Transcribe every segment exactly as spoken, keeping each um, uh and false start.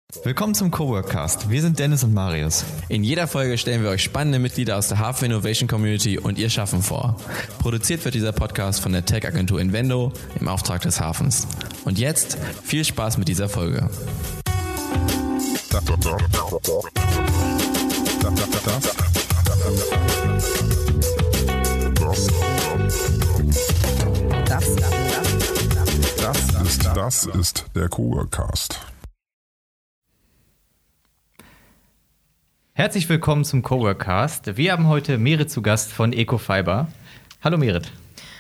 Willkommen zum Coworkcast. Wir sind Dennis und Marius. In jeder Folge stellen wir euch spannende Mitglieder aus der Hafen Innovation Community und ihr Schaffen vor. Produziert wird dieser Podcast von der Tech-Agentur Invendo im Auftrag des Hafens. Und jetzt viel Spaß mit dieser Folge. Das, das, ist, das ist der Coworkcast. Herzlich willkommen zum Coworkcast. Wir haben heute Merit zu Gast von Ecofiber. Hallo Merit.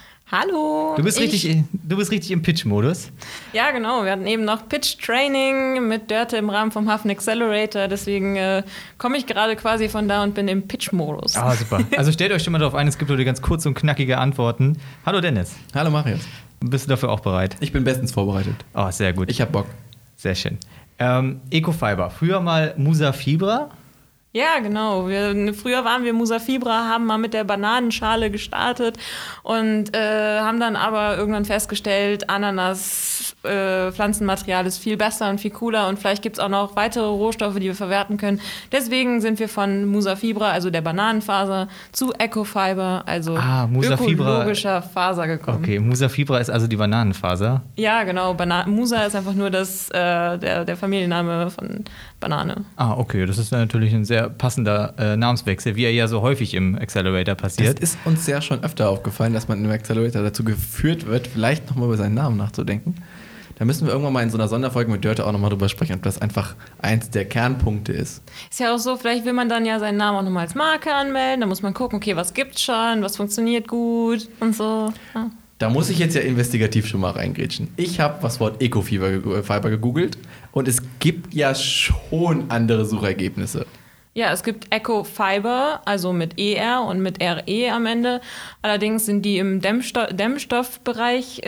Hallo. Du bist, ich, richtig, du bist richtig im Pitch-Modus. Ja, genau. Wir hatten eben noch Pitch-Training mit Dörte im Rahmen vom Hafen Accelerator. Deswegen äh, komme ich gerade quasi von da und bin im Pitch-Modus. Ah, super. Also stellt euch schon mal darauf ein, es gibt heute ganz kurze und knackige Antworten. Hallo Dennis. Hallo Marius. Bist du dafür auch bereit? Ich bin bestens vorbereitet. Oh, sehr gut. Ich hab Bock. Sehr schön. Ähm, Ecofiber. Früher mal Musafibra. Ja, genau. Wir, früher waren wir Musafibra, haben mal mit der Bananenschale gestartet und äh, haben dann aber irgendwann festgestellt, Ananas äh, Pflanzenmaterial ist viel besser und viel cooler und vielleicht gibt es auch noch weitere Rohstoffe, die wir verwerten können. Deswegen sind wir von Musafibra, also der Bananenfaser, zu Ecofiber, also ah, ökologischer Faser gekommen. Okay, Musafibra ist also die Bananenfaser. Ja, genau. Bana- Musa ist einfach nur das, äh, der, der Familienname von Banane. Ah, okay. Das ist natürlich ein sehr passender äh, Namenswechsel, wie er ja so häufig im Accelerator passiert. Es ist uns ja schon öfter aufgefallen, dass man im Accelerator dazu geführt wird, vielleicht nochmal über seinen Namen nachzudenken. Da müssen wir irgendwann mal in so einer Sonderfolge mit Dörte auch nochmal drüber sprechen, ob das einfach eins der Kernpunkte ist. Ist ja auch so, vielleicht will man dann ja seinen Namen auch nochmal als Marke anmelden. Da muss man gucken, okay, was gibt's schon, was funktioniert gut und so. Ja. Da muss ich jetzt ja investigativ schon mal reingrätschen. Ich habe das Wort Ecofiber gegoogelt und es gibt ja schon andere Suchergebnisse. Ja, es gibt Ecofiber, also mit E R und mit R E am Ende. Allerdings sind die im Dämmsto- Dämmstoffbereich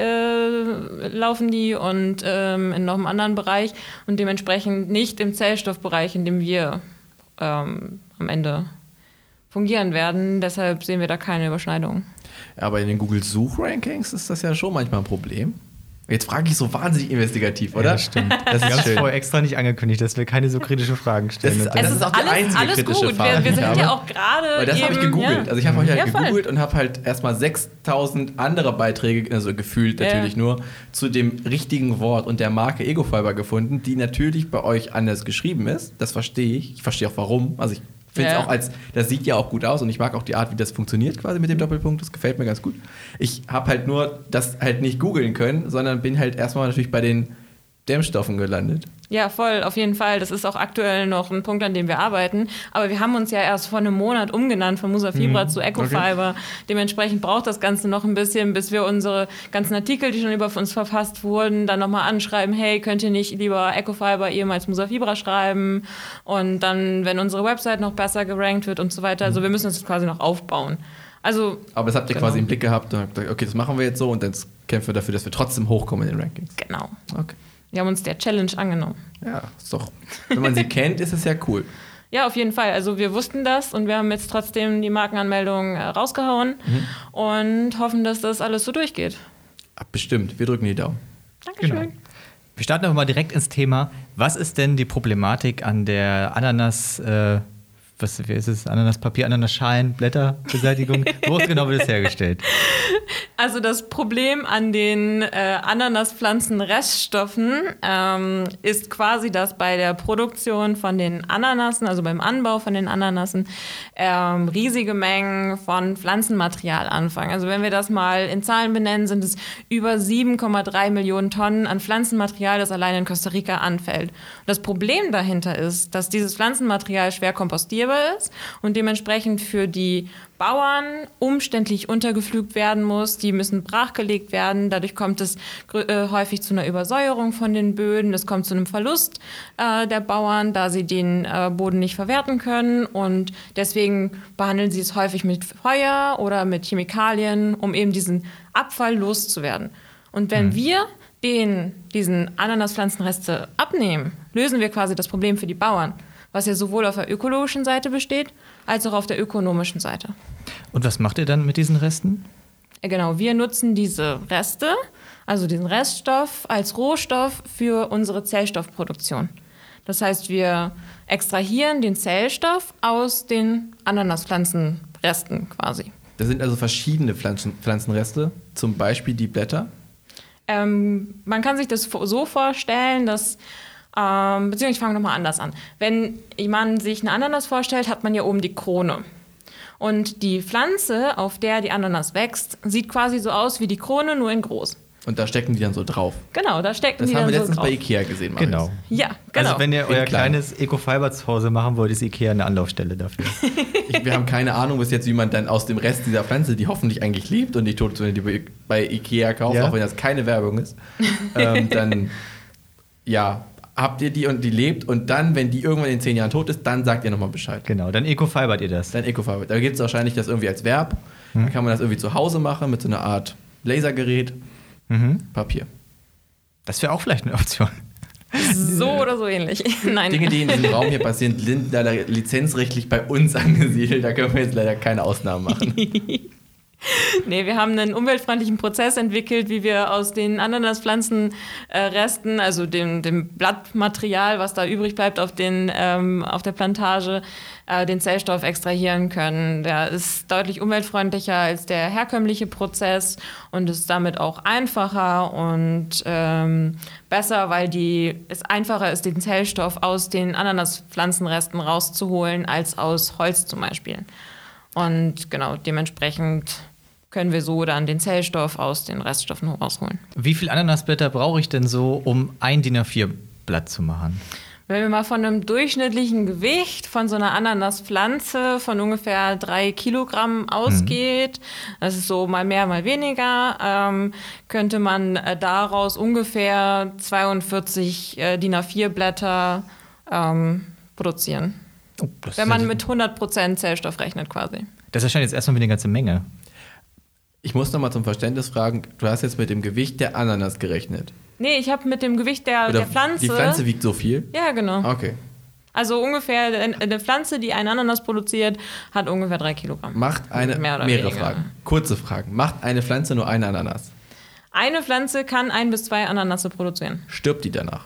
äh, laufen die und ähm, in noch einem anderen Bereich und dementsprechend nicht im Zellstoffbereich, in dem wir ähm, am Ende fungieren werden. Deshalb sehen wir da keine Überschneidung. Aber in den Google-Suchrankings ist das ja schon manchmal ein Problem. Jetzt frage ich so wahnsinnig investigativ, oder? Ja, das stimmt. Das wir haben es schön. vorher extra nicht angekündigt, dass wir keine so kritische Fragen stellen. Das ist, das Es ist ist auch die alles, einzige alles kritische gut. Frage, Wir, wir die ich sind habe. ja auch gerade. Weil das habe ich eben, gegoogelt. Ja. Also ich habe euch halt Ja, voll. gegoogelt und habe halt erstmal sechstausend andere Beiträge, also gefühlt Ja. natürlich nur, zu dem richtigen Wort und der Marke Ecofiber gefunden, die natürlich bei euch anders geschrieben ist. Das verstehe ich. Ich verstehe auch warum. Also ich finde es Ja. auch als, das sieht ja auch gut aus und ich mag auch die Art, wie das funktioniert quasi mit dem Doppelpunkt. Das gefällt mir ganz gut. Ich habe halt nur das halt nicht googeln können, sondern bin halt erstmal natürlich bei den Dämmstoffen gelandet. Ja, voll, auf jeden Fall. Das ist auch aktuell noch ein Punkt, an dem wir arbeiten. Aber wir haben uns ja erst vor einem Monat umgenannt von Musafibra Mhm. zu Ecofiber. Okay. Dementsprechend braucht das Ganze noch ein bisschen, bis wir unsere ganzen Artikel, die schon über uns verfasst wurden, dann nochmal anschreiben, hey, könnt ihr nicht lieber Ecofiber ehemals Musafibra schreiben? Und dann, wenn unsere Website noch besser gerankt wird und so weiter. Also wir müssen das quasi noch aufbauen. Also, Aber das habt ihr genau. quasi im Blick gehabt und habt gesagt, okay, das machen wir jetzt so und dann kämpfen wir dafür, dass wir trotzdem hochkommen in den Rankings. Genau. Okay. Wir haben uns der Challenge angenommen. Ja, ist doch. Wenn man sie kennt, ist es ja cool. Ja, auf jeden Fall. Also wir wussten das und wir haben jetzt trotzdem die Markenanmeldung äh, rausgehauen mhm. und hoffen, dass das alles so durchgeht. Bestimmt. Wir drücken die Daumen. Dankeschön. Genau. Wir starten aber mal direkt ins Thema. Was ist denn die Problematik an der Ananas, äh, was wie ist es? Ananaspapier, Ananasschalen, Blätterbeseitigung? Wo genau wird das hergestellt? Also das Problem an den äh, Ananaspflanzenreststoffen ähm, ist quasi, dass bei der Produktion von den Ananasen, also beim Anbau von den Ananasen, ähm, riesige Mengen von Pflanzenmaterial anfangen. Also wenn wir das mal in Zahlen benennen, sind es über sieben Komma drei Millionen Tonnen an Pflanzenmaterial, das allein in Costa Rica anfällt. Und das Problem dahinter ist, dass dieses Pflanzenmaterial schwer kompostierbar ist und dementsprechend für die Bauern umständlich untergepflügt werden muss. Die müssen brachgelegt werden. Dadurch kommt es äh, häufig zu einer Übersäuerung von den Böden. Es kommt zu einem Verlust äh, der Bauern, da sie den äh, Boden nicht verwerten können. Und deswegen behandeln sie es häufig mit Feuer oder mit Chemikalien, um eben diesen Abfall loszuwerden. Und wenn mhm. wir den, diesen Ananaspflanzenreste abnehmen, lösen wir quasi das Problem für die Bauern, was ja sowohl auf der ökologischen Seite besteht, als auch auf der ökonomischen Seite. Und was macht ihr dann mit diesen Resten? Genau, wir nutzen diese Reste, also diesen Reststoff, als Rohstoff für unsere Zellstoffproduktion. Das heißt, wir extrahieren den Zellstoff aus den Ananaspflanzenresten quasi. Das sind also verschiedene Pflanzen, Pflanzenreste, zum Beispiel die Blätter. Ähm, man kann sich das so vorstellen, dass, ähm, beziehungsweise ich fange nochmal anders an. Wenn man sich eine Ananas vorstellt, hat man ja oben die Krone. Und die Pflanze, auf der die Ananas wächst, sieht quasi so aus wie die Krone, nur in groß. Und da stecken die dann so drauf. Genau, da stecken Das die haben dann wir so letztens drauf. bei Ikea gesehen, Marius. Genau. Ja, genau. Also wenn ihr In euer klein. kleines Eco-Fiber zu Hause machen wollt, ist Ikea eine Anlaufstelle dafür. Ich, wir haben keine Ahnung bis jetzt, wie man dann aus dem Rest dieser Pflanze, die hoffentlich eigentlich lebt und nicht tot ist, wenn ihr die bei Ikea kauft, Ja. auch wenn das keine Werbung ist, ähm, dann ja, habt ihr die und die lebt und dann, wenn die irgendwann in zehn Jahren tot ist, dann sagt ihr nochmal Bescheid. Genau, dann Eco-Fibert ihr das. Dann Ecofiber. Da gibt es wahrscheinlich das irgendwie als Verb. Hm. Dann kann man das irgendwie zu Hause machen mit so einer Art Lasergerät. Mhm. Papier. Das wäre auch vielleicht eine Option. So oder so ähnlich. Nein. Dinge, die in diesem Raum hier passieren, sind leider lizenzrechtlich bei uns angesiedelt. Da können wir jetzt leider keine Ausnahmen machen. Nee, wir haben einen umweltfreundlichen Prozess entwickelt, wie wir aus den Ananaspflanzenresten, äh, also dem, dem Blattmaterial, was da übrig bleibt auf, den, ähm, auf der Plantage, äh, den Zellstoff extrahieren können. Der ist deutlich umweltfreundlicher als der herkömmliche Prozess und ist damit auch einfacher und ähm, besser, weil die, es einfacher ist, den Zellstoff aus den Ananaspflanzenresten rauszuholen, als aus Holz zum Beispiel. Und genau, dementsprechend können wir so dann den Zellstoff aus den Reststoffen rausholen. Wie viel Ananasblätter brauche ich denn so, um ein D I N A vier Blatt zu machen? Wenn wir mal von einem durchschnittlichen Gewicht von so einer Ananaspflanze von ungefähr drei Kilogramm ausgeht, mhm. das ist so mal mehr, mal weniger, ähm, könnte man äh, daraus ungefähr zweiundvierzig äh, D I N A vier Blätter ähm, produzieren. Oh, das Wenn ist man ja- mit hundert Prozent Zellstoff rechnet quasi. Das erscheint jetzt erstmal wie eine ganze Menge. Ich muss nochmal zum Verständnis fragen, du hast jetzt mit dem Gewicht der Ananas gerechnet. Nee, ich habe mit dem Gewicht der, Oder der Pflanze... Die Pflanze wiegt so viel? Ja, genau. Okay. Also ungefähr, eine Pflanze, die einen Ananas produziert, hat ungefähr drei Kilogramm. Macht eine, Mehr oder mehrere weniger. Fragen. Kurze Fragen. Macht eine Pflanze nur eine Ananas? Eine Pflanze kann ein bis zwei Ananasse produzieren. Stirbt die danach?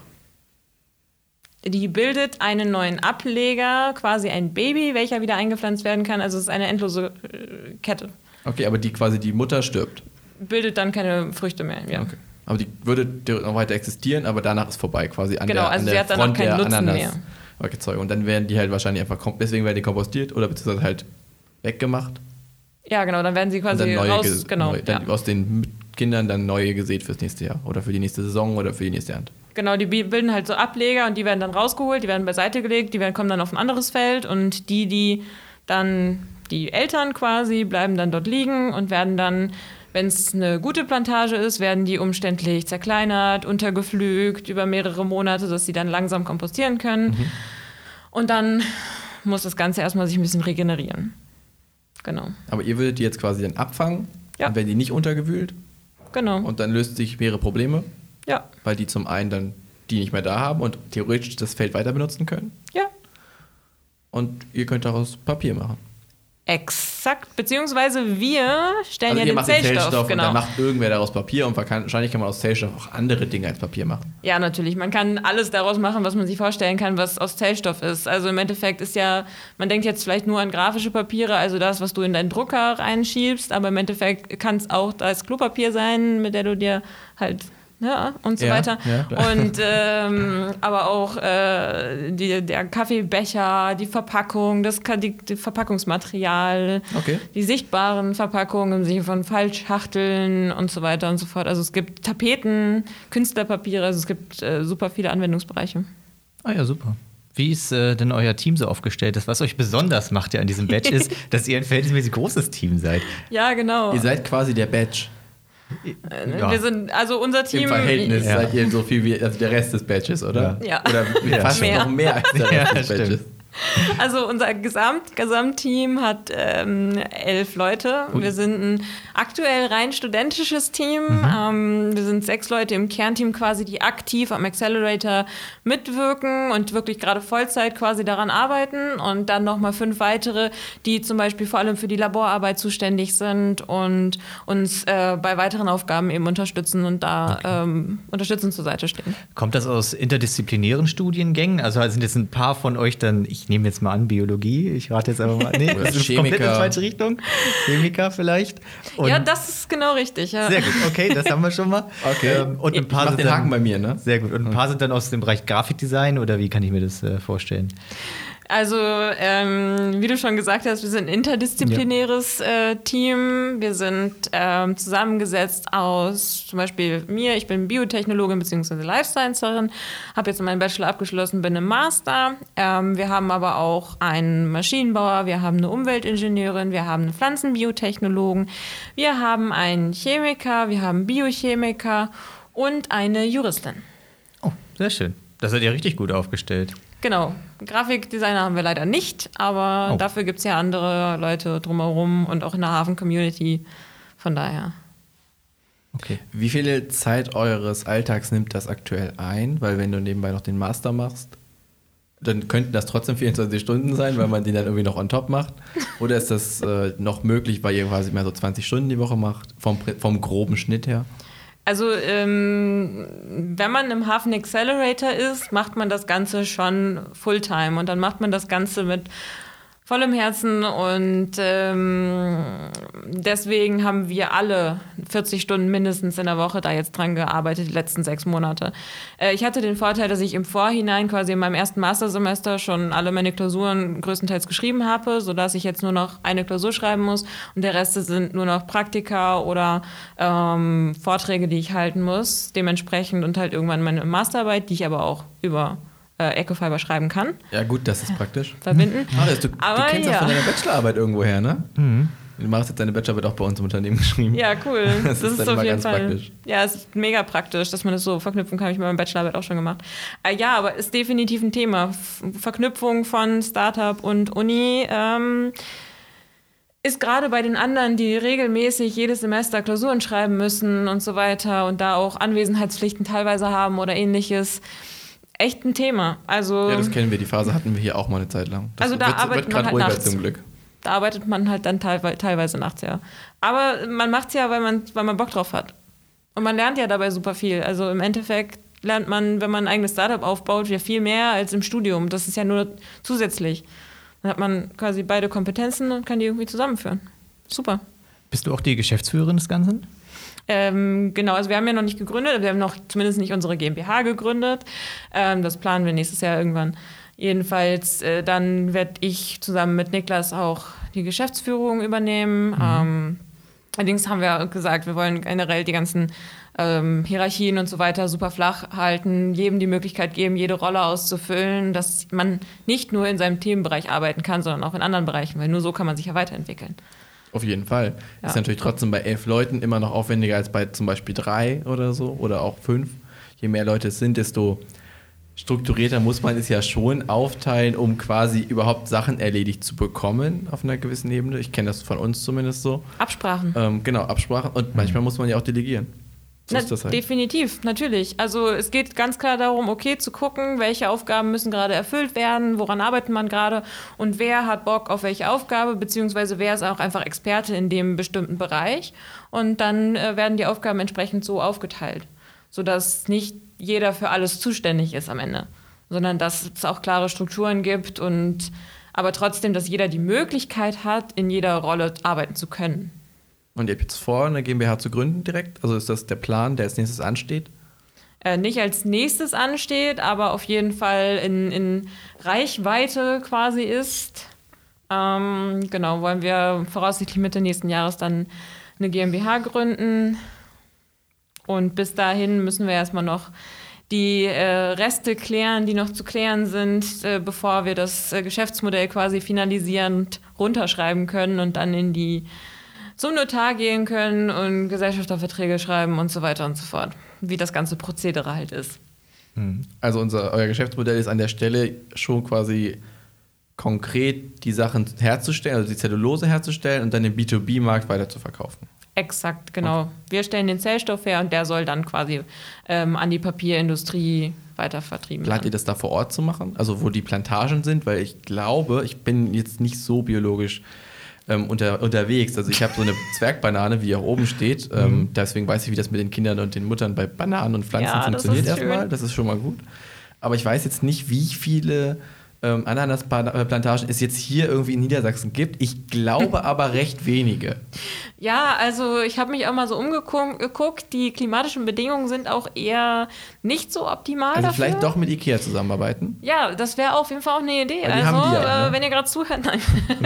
Die bildet einen neuen Ableger, quasi ein Baby, welcher wieder eingepflanzt werden kann. Also es ist eine endlose äh, Kette. Okay, aber die quasi die Mutter stirbt. Bildet dann keine Früchte mehr. Ja. Okay. Aber die würde noch weiter existieren, aber danach ist vorbei quasi an Genau, der, an also der sie hat danach Front keinen der Nutzen Ananas. mehr. Okay, sorry. Und dann werden die halt wahrscheinlich einfach, kom- deswegen werden die kompostiert oder beziehungsweise halt weggemacht. Ja, genau, dann werden sie Und quasi dann neue, raus. ges- Genau, neu, dann ja. aus den Kindern dann neue gesät fürs nächste Jahr oder für die nächste Saison oder für die nächste Ernte. Genau, die bi- bilden halt so Ableger und die werden dann rausgeholt, die werden beiseite gelegt, die werden, kommen dann auf ein anderes Feld und die, die dann, die Eltern quasi, bleiben dann dort liegen und werden dann, wenn es eine gute Plantage ist, werden die umständlich zerkleinert, untergepflügt über mehrere Monate, dass sie dann langsam kompostieren können. Mhm. Und dann muss das Ganze erstmal sich ein bisschen regenerieren. Genau, Aber ihr würdet die jetzt quasi dann abfangen, Ja. dann werden die nicht untergewühlt genau, und dann löst sich mehrere Probleme, ja, weil die zum einen dann die nicht mehr da haben und theoretisch das Feld weiter benutzen können. ja. Und ihr könnt daraus Papier machen. Exakt, beziehungsweise wir stellen Also ja ihr den macht den Zellstoff, Zellstoff und genau. dann macht irgendwer daraus Papier und kann, wahrscheinlich kann man aus Zellstoff auch andere Dinge als Papier machen. Ja, natürlich. Man kann alles daraus machen, was man sich vorstellen kann, was aus Zellstoff ist. Also im Endeffekt ist ja, man denkt jetzt vielleicht nur an grafische Papiere, also das, was du in deinen Drucker reinschiebst, aber im Endeffekt kann es auch das Klopapier sein, mit der du dir halt, ja, und so Ja, weiter. ja, klar. Und ähm, aber auch äh, die, der Kaffeebecher, die Verpackung, das Ka- die, die Verpackungsmaterial, Okay. die sichtbaren Verpackungen im Sinne von Faltschachteln und so weiter und so fort. Also es gibt Tapeten, Künstlerpapiere, also es gibt äh, super viele Anwendungsbereiche. Ah ja, super. Wie ist äh, denn euer Team so aufgestellt? Das, was euch besonders macht ja an diesem Badge, ist, dass ihr ein verhältnismäßig großes Team seid. Ja, genau. Ihr seid quasi der Badge. Äh, Ja. Wir sind, also unser Team. Im Verhältnis Ja. seid ihr so viel wie also der Rest des Badges, oder? Ja. Oder Ja. fast Mehr. noch mehr als der Ja, Rest des stimmt. Badges. Also unser Gesamt, Gesamtteam hat ähm, elf Leute. Ui. Wir sind ein aktuell rein studentisches Team. Mhm. Ähm, wir sind sechs Leute im Kernteam quasi, die aktiv am Accelerator mitwirken und wirklich gerade Vollzeit quasi daran arbeiten. Und dann nochmal fünf weitere, die zum Beispiel vor allem für die Laborarbeit zuständig sind und uns äh, bei weiteren Aufgaben eben unterstützen und da okay. ähm, unterstützend zur Seite stehen. Kommt das aus interdisziplinären Studiengängen? Also sind jetzt ein paar von euch dann, ich nehme jetzt mal an, Biologie, ich rate jetzt einfach mal, nee, Oder das ist Chemiker. komplett in die falsche Richtung. Chemiker vielleicht. Und Ja, das ist genau richtig. Ja. sehr gut, okay, das haben wir schon mal. Okay. Ähm, und ein paar ich mach sind den dann, Haken bei mir, ne? Sehr gut. Und ein paar sind dann aus dem Bereich Grafikdesign oder wie kann ich mir das äh, vorstellen? Also, ähm, wie du schon gesagt hast, wir sind ein interdisziplinäres äh, Team. Wir sind ähm, zusammengesetzt aus zum Beispiel mir, ich bin Biotechnologin bzw. Life Sciencerin, habe jetzt meinen Bachelor abgeschlossen, bin im Master. Ähm, wir haben aber auch einen Maschinenbauer, wir haben eine Umweltingenieurin, wir haben einen Pflanzenbiotechnologen, wir haben einen Chemiker, wir haben Biochemiker und eine Juristin. Oh, sehr schön. Das seid ihr richtig gut aufgestellt. Genau, Grafikdesigner haben wir leider nicht, aber Oh. dafür gibt es ja andere Leute drumherum und auch in der Hafen-Community. Von daher. Okay. Wie viel Zeit eures Alltags nimmt das aktuell ein? Weil wenn du nebenbei noch den Master machst, dann könnten das trotzdem vierundzwanzig Stunden sein, weil man den dann irgendwie noch on top macht. Oder ist das äh, noch möglich, weil ihr quasi mehr so zwanzig Stunden die Woche macht, vom, vom groben Schnitt her? Also ähm, wenn man im Hafen Accelerator ist, macht man das Ganze schon Fulltime und dann macht man das Ganze mit vollem Herzen und ähm, deswegen haben wir alle vierzig Stunden mindestens in der Woche da jetzt dran gearbeitet, die letzten sechs Monate. Äh, ich hatte den Vorteil, dass ich im Vorhinein quasi in meinem ersten Mastersemester schon alle meine Klausuren größtenteils geschrieben habe, sodass ich jetzt nur noch eine Klausur schreiben muss und der Rest sind nur noch Praktika oder ähm, Vorträge, die ich halten muss, dementsprechend und halt irgendwann meine Masterarbeit, die ich aber auch über Äh, Ecofiber schreiben kann. Ja gut, das ist praktisch. Verbinden. Marius, du, Aber du kennst ja. das von deiner Bachelorarbeit irgendwo her, ne? Mhm. Du machst jetzt deine Bachelorarbeit auch bei uns im Unternehmen geschrieben. Ja, cool. Das Das, ist ist, dann auf immer jeden ganz Fall. praktisch. Ja, es ist mega praktisch, dass man das so verknüpfen kann. Habe ich mit meiner Bachelorarbeit auch schon gemacht. Äh, ja, aber ist definitiv ein Thema. F- Verknüpfung von Startup und Uni. Ähm, ist gerade bei den anderen, die regelmäßig jedes Semester Klausuren schreiben müssen und so weiter und da auch Anwesenheitspflichten teilweise haben oder ähnliches, echt ein Thema. Also, Ja, das kennen wir. Die Phase hatten wir hier auch mal eine Zeit lang. Das Also da wird, arbeitet wird man gerade halt ruhiger nachts. zum Glück. da arbeitet man halt dann teilweise, teilweise nachts, ja. Aber man macht es ja, weil man, weil man Bock drauf hat. Und man lernt ja dabei super viel. Also im Endeffekt lernt man, wenn man ein eigenes Startup aufbaut, ja viel mehr als im Studium. Das ist ja nur zusätzlich. Dann hat man quasi beide Kompetenzen und kann die irgendwie zusammenführen. Super. Bist du auch die Geschäftsführerin des Ganzen? Ähm, genau, also wir haben ja noch nicht gegründet, wir haben noch zumindest nicht unsere GmbH gegründet. Ähm, das planen wir nächstes Jahr irgendwann. Jedenfalls, äh, dann werde ich zusammen mit Niklas auch die Geschäftsführung übernehmen. Mhm. Ähm, allerdings haben wir gesagt, wir wollen generell die ganzen ähm, Hierarchien und so weiter super flach halten, jedem die Möglichkeit geben, jede Rolle auszufüllen, dass man nicht nur in seinem Themenbereich arbeiten kann, sondern auch in anderen Bereichen, weil nur so kann man sich ja weiterentwickeln. Auf jeden Fall. Ja. Ist natürlich trotzdem bei elf Leuten immer noch aufwendiger als bei zum Beispiel drei oder so oder auch fünf. Je mehr Leute es sind, desto strukturierter muss man es ja schon aufteilen, um quasi überhaupt Sachen erledigt zu bekommen auf einer gewissen Ebene. Ich kenne das von uns zumindest so. Absprachen. Ähm, genau, Absprachen. Und manchmal muss man ja auch delegieren. So Na, ist das halt. Definitiv, natürlich. Also es geht ganz klar darum, okay, zu gucken, welche Aufgaben müssen gerade erfüllt werden, woran arbeitet man gerade und wer hat Bock auf welche Aufgabe, beziehungsweise wer ist auch einfach Experte in dem bestimmten Bereich. Und dann äh, werden die Aufgaben entsprechend so aufgeteilt, sodass nicht jeder für alles zuständig ist am Ende, sondern dass es auch klare Strukturen gibt und aber trotzdem, dass jeder die Möglichkeit hat, in jeder Rolle arbeiten zu können. Und ihr habt jetzt vor, eine GmbH zu gründen direkt? Also ist das der Plan, der als nächstes ansteht? Äh, nicht als nächstes ansteht, aber auf jeden Fall in, in Reichweite quasi ist. Ähm, genau, wollen wir voraussichtlich Mitte nächsten Jahres dann eine GmbH gründen. Und bis dahin müssen wir erstmal noch die äh, Reste klären, die noch zu klären sind, äh, bevor wir das äh, Geschäftsmodell quasi finalisierend runterschreiben können und dann in die zum Notar gehen können und Gesellschafterverträge schreiben und so weiter und so fort. Wie das ganze Prozedere halt ist. Also unser, euer Geschäftsmodell ist an der Stelle schon quasi konkret die Sachen herzustellen, also die Zellulose herzustellen und dann den B zwei B-Markt weiter zu verkaufen. Exakt, genau. Okay. Wir stellen den Zellstoff her und der soll dann quasi ähm, an die Papierindustrie weiter vertrieben werden. Plant ihr das da vor Ort zu machen? Also wo die Plantagen sind? Weil ich glaube, ich bin jetzt nicht so biologisch ähm, unter, unterwegs. Also ich habe so eine Zwergbanane, wie hier oben steht. Mhm. Ähm, deswegen weiß ich, wie das mit den Kindern und den Muttern bei Bananen und Pflanzen ja, funktioniert erstmal. Das ist schon mal gut. Aber ich weiß jetzt nicht, wie viele ähm, Ananasplantagen es jetzt hier irgendwie in Niedersachsen gibt. Ich glaube aber recht wenige. Ja, also ich habe mich auch mal so umgeguckt. Die klimatischen Bedingungen sind auch eher nicht so optimal Also dafür. Vielleicht doch mit Ikea zusammenarbeiten? Ja, das wäre auf jeden Fall auch eine Idee. Weil die also, haben die ja, äh, ne? wenn ihr gerade zuhört, nein.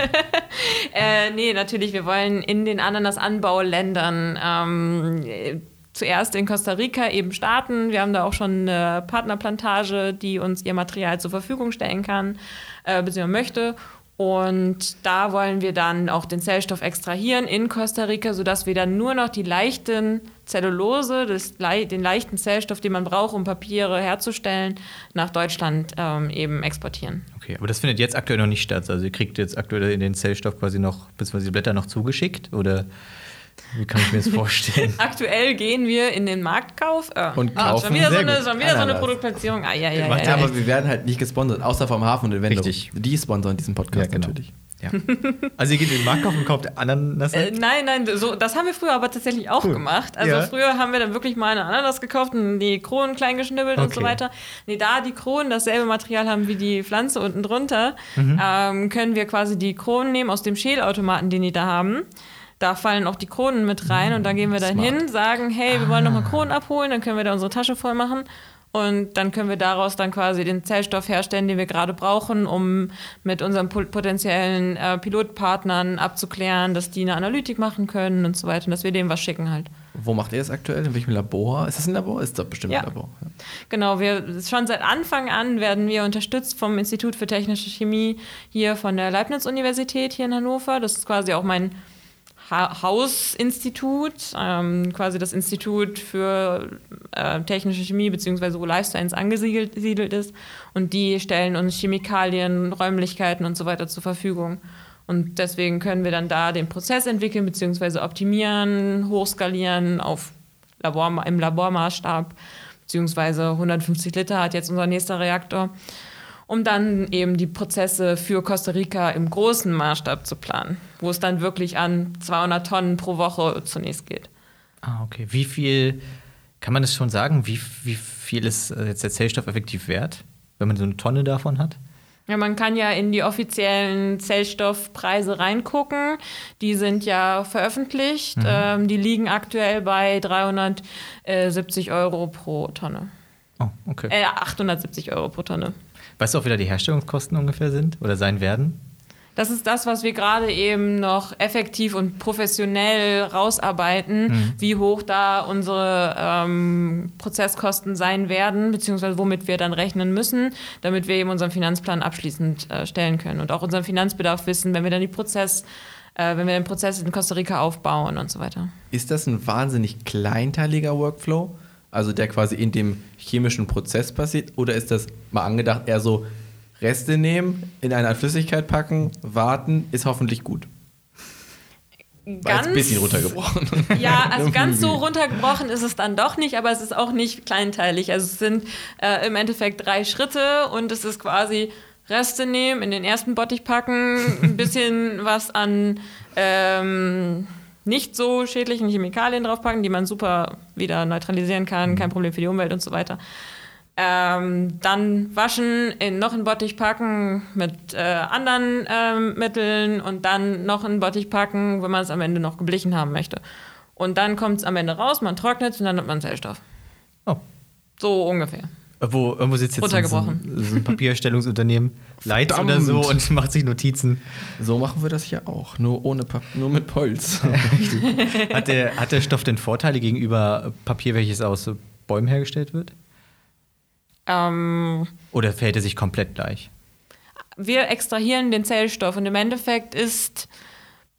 äh, nee, natürlich, wir wollen in den Ananasanbauländern ähm, zuerst in Costa Rica eben starten. Wir haben da auch schon eine Partnerplantage, die uns ihr Material zur Verfügung stellen kann, äh, beziehungsweise möchte. Und da wollen wir dann auch den Zellstoff extrahieren in Costa Rica, sodass wir dann nur noch die leichten Zellulose, das, den leichten Zellstoff, den man braucht, um Papiere herzustellen, nach Deutschland ähm, eben exportieren. Okay, aber das findet jetzt aktuell noch nicht statt. Also ihr kriegt jetzt aktuell den Zellstoff quasi noch, beziehungsweise die Blätter noch zugeschickt, oder wie kann ich mir das vorstellen? Aktuell gehen wir in den Marktkauf. Äh, und ah, kaufen. Schon wieder, so eine, gut. schon wieder so eine Produktplatzierung. Ah, ja, ja, ja, ja, aber wir werden halt nicht gesponsert, außer vom Hafen und den Vendor. Richtig. Die sponsern diesen Podcast ja, genau. natürlich. Ja. Also ihr geht in den Markt kaufen und kauft Ananas? Äh, nein, nein, so, das haben wir früher aber tatsächlich auch cool. gemacht. Also ja. früher haben wir dann wirklich mal eine Ananas gekauft und die Kronen klein geschnibbelt okay. und so weiter. Nee, da die Kronen dasselbe Material haben wie die Pflanze unten drunter, mhm. ähm, können wir quasi die Kronen nehmen aus dem Schälautomaten, den die da haben. Da fallen auch die Kronen mit rein und dann gehen wir dann Smart. hin, sagen, hey, wir wollen nochmal Kronen abholen, dann können wir da unsere Tasche voll machen und dann können wir daraus dann quasi den Zellstoff herstellen, den wir gerade brauchen, um mit unseren potenziellen äh, Pilotpartnern abzuklären, dass die eine Analytik machen können und so weiter und dass wir denen was schicken halt. Wo macht ihr das aktuell? In welchem Labor? Ist das ein Labor? Ist das bestimmt ja. ein Labor? Ja. Genau, wir schon seit Anfang an werden wir unterstützt vom Institut für Technische Chemie hier von der Leibniz-Universität hier in Hannover. Das ist quasi auch mein ha- Hausinstitut, ähm, quasi das Institut für äh, technische Chemie bzw. wo Life Science angesiedelt ist. Und die stellen uns Chemikalien, Räumlichkeiten und so weiter zur Verfügung. Und deswegen können wir dann da den Prozess entwickeln bzw. optimieren, hochskalieren auf Labor, im Labormaßstab, beziehungsweise hundertfünfzig Liter hat jetzt unser nächster Reaktor, um dann eben die Prozesse für Costa Rica im großen Maßstab zu planen, wo es dann wirklich an zweihundert Tonnen pro Woche zunächst geht. Ah, okay. Wie viel, kann man das schon sagen, wie, wie viel ist jetzt der Zellstoff effektiv wert, wenn man so eine Tonne davon hat? Ja, man kann ja in die offiziellen Zellstoffpreise reingucken. Die sind ja veröffentlicht. Mhm. Ähm, die liegen aktuell bei dreihundertsiebzig Euro pro Tonne. Oh, okay. Äh, achthundertsiebzig Euro pro Tonne. Weißt du auch, wie da die Herstellungskosten ungefähr sind oder sein werden? Das ist das, was wir gerade eben noch effektiv und professionell rausarbeiten, mhm. wie hoch da unsere ähm, Prozesskosten sein werden, beziehungsweise womit wir dann rechnen müssen, damit wir eben unseren Finanzplan abschließend äh, stellen können und auch unseren Finanzbedarf wissen, wenn wir dann die Prozess, äh, wenn wir den Prozess in Costa Rica aufbauen und so weiter. Ist das ein wahnsinnig kleinteiliger Workflow? Also der quasi in dem chemischen Prozess passiert? Oder ist das mal angedacht eher so, Reste nehmen, in eine Art Flüssigkeit packen, warten, ist hoffentlich gut? Ganz, ein bisschen runtergebrochen. Ja, also ganz so runtergebrochen ist es dann doch nicht, aber es ist auch nicht kleinteilig. Also es sind äh, im Endeffekt drei Schritte und es ist quasi Reste nehmen, in den ersten Bottich packen, ein bisschen was an ähm, nicht so schädlichen Chemikalien draufpacken, die man super wieder neutralisieren kann, kein Problem für die Umwelt und so weiter. Ähm, dann waschen, in noch einen Bottich packen mit äh, anderen ähm, Mitteln und dann noch einen Bottich packen, wenn man es am Ende noch geblichen haben möchte. Und dann kommt es am Ende raus, man trocknet es und dann nimmt man Zellstoff. Oh. So ungefähr. Wo, irgendwo sitzt jetzt so ein, so ein Papierherstellungsunternehmen, Leitz oder so und macht sich Notizen. So machen wir das ja auch, nur ohne Pap- nur mit Holz. hat, der, hat der Stoff denn Vorteile gegenüber Papier, welches aus Bäumen hergestellt wird? Ähm, Oder verhält er sich komplett gleich? Wir extrahieren den Zellstoff und im Endeffekt ist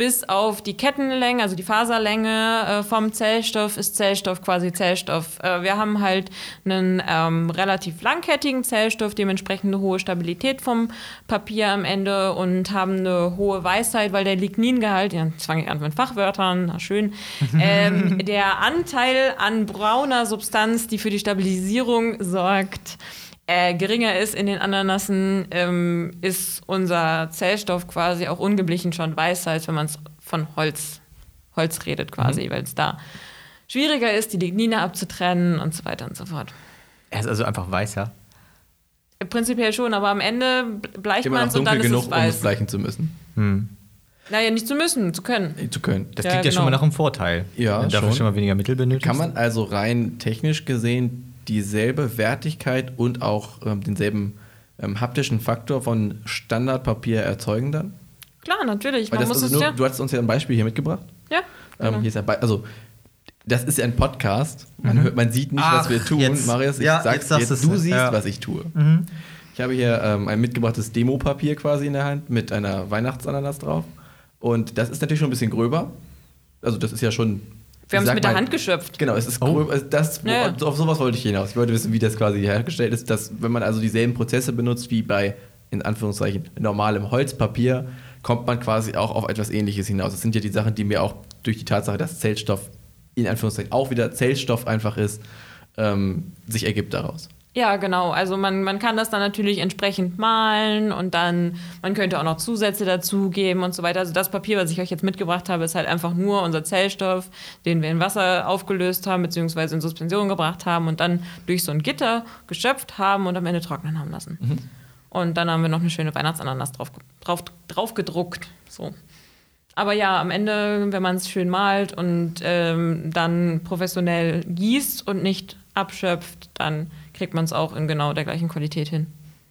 bis auf die Kettenlänge, also die Faserlänge äh, vom Zellstoff, ist Zellstoff quasi Zellstoff. Äh, wir haben halt einen ähm, relativ langkettigen Zellstoff, dementsprechend eine hohe Stabilität vom Papier am Ende und haben eine hohe Weißheit, weil der Ligningehalt, ja, jetzt fange ich an mit Fachwörtern, na schön, ähm, der Anteil an brauner Substanz, die für die Stabilisierung sorgt, Äh, geringer ist in den Ananassen, ähm, ist unser Zellstoff quasi auch ungeblichen schon weißer, als wenn man es von Holz, Holz redet quasi, mhm. weil es da schwieriger ist, die Lignine abzutrennen und so weiter und so fort. Er ist also einfach weißer? Prinzipiell schon, aber am Ende bleicht man es und dann ist genug, es weiß. Um es bleichen zu müssen. Hm. Naja, nicht zu müssen, zu können. Zu können. Das Ja, klingt ja genau. schon mal nach einem Vorteil. Ja, Wenn du dafür schon. schon mal weniger Mittel benötigst. Kann man also rein technisch gesehen dieselbe Wertigkeit und auch ähm, denselben ähm, haptischen Faktor von Standardpapier erzeugen dann? Klar, natürlich. Weil Man das muss also es nur, ja. Du hast uns ja ein Beispiel hier mitgebracht. Ja. Ähm, Genau. hier ist ein Be- also das ist ja ein Podcast. Man, hört, man sieht nicht, Ach, was wir tun. jetzt. Marius, ich Ja, sag's jetzt sagst jetzt, du's. du siehst, Ja. was ich tue. Mhm. Ich habe hier ähm, ein mitgebrachtes Demopapier quasi in der Hand mit einer Weihnachtsananas drauf. Und das ist natürlich schon ein bisschen gröber. Also das ist ja schon... Wir haben ich es sag mit der mal- Hand geschöpft. Genau, es ist Oh. gröber. also Das, Ja, ja. Auf sowas wollte ich hinaus. Ich wollte wissen, wie das quasi hergestellt ist. Dass, wenn man also dieselben Prozesse benutzt wie bei, in Anführungszeichen, normalem Holzpapier, kommt man quasi auch auf etwas Ähnliches hinaus. Das sind ja die Sachen, die mir auch durch die Tatsache, dass Zellstoff in Anführungszeichen auch wieder Zellstoff einfach ist, ähm, sich ergibt daraus. Ja, genau. Also man, man kann das dann natürlich entsprechend malen und dann, man könnte auch noch Zusätze dazugeben und so weiter. Also das Papier, was ich euch jetzt mitgebracht habe, ist halt einfach nur unser Zellstoff, den wir in Wasser aufgelöst haben, beziehungsweise in Suspension gebracht haben und dann durch so ein Gitter geschöpft haben und am Ende trocknen haben lassen. Mhm. Und dann haben wir noch eine schöne Weihnachtsananas drauf, drauf, drauf gedruckt. So. Aber ja, am Ende, wenn man es schön malt und ähm, dann professionell gießt und nicht abschöpft, dann kriegt man es auch in genau der gleichen Qualität hin.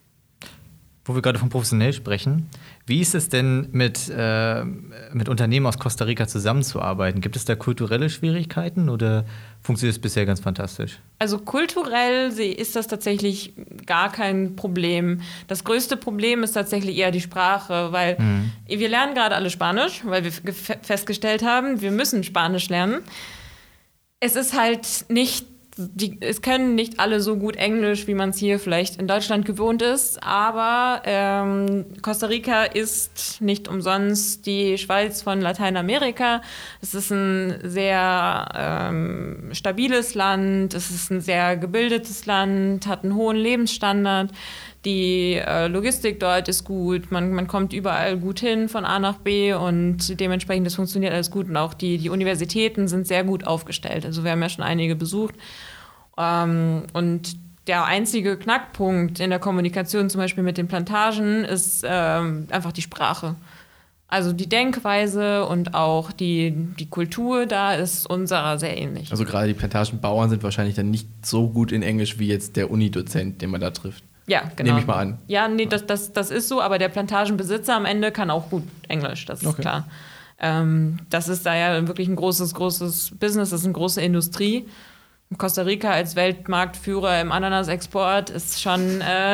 Wo wir gerade von professionell sprechen, wie ist es denn mit, äh, mit Unternehmen aus Costa Rica zusammenzuarbeiten? Gibt es da kulturelle Schwierigkeiten oder funktioniert es bisher ganz fantastisch? Also kulturell ist das tatsächlich gar kein Problem. Das größte Problem ist tatsächlich eher die Sprache, weil mhm. wir lernen gerade alle Spanisch, weil wir f- festgestellt haben, wir müssen Spanisch lernen. Es ist halt nicht Die, es können nicht alle so gut Englisch, wie man es hier vielleicht in Deutschland gewohnt ist, aber ähm, Costa Rica ist nicht umsonst die Schweiz von Lateinamerika. Es ist ein sehr ähm, stabiles Land, es ist ein sehr gebildetes Land, hat einen hohen Lebensstandard. Die äh, Logistik dort ist gut, man, man kommt überall gut hin von A nach B und dementsprechend das funktioniert alles gut und auch die, die Universitäten sind sehr gut aufgestellt. Also wir haben ja schon einige besucht ähm, und der einzige Knackpunkt in der Kommunikation zum Beispiel mit den Plantagen ist ähm, einfach die Sprache. Also die Denkweise und auch die, die Kultur da ist unserer sehr ähnlich. Also gerade die Plantagenbauern sind wahrscheinlich dann nicht so gut in Englisch wie jetzt der Unidozent, den man da trifft. Ja, genau. Nehme ich mal an. Ja, nee, das, das, das ist so, aber der Plantagenbesitzer am Ende kann auch gut Englisch, das ist Okay. klar. Ähm, das ist da ja wirklich ein großes, großes Business, das ist eine große Industrie. Costa Rica als Weltmarktführer im Ananasexport ist schon, äh,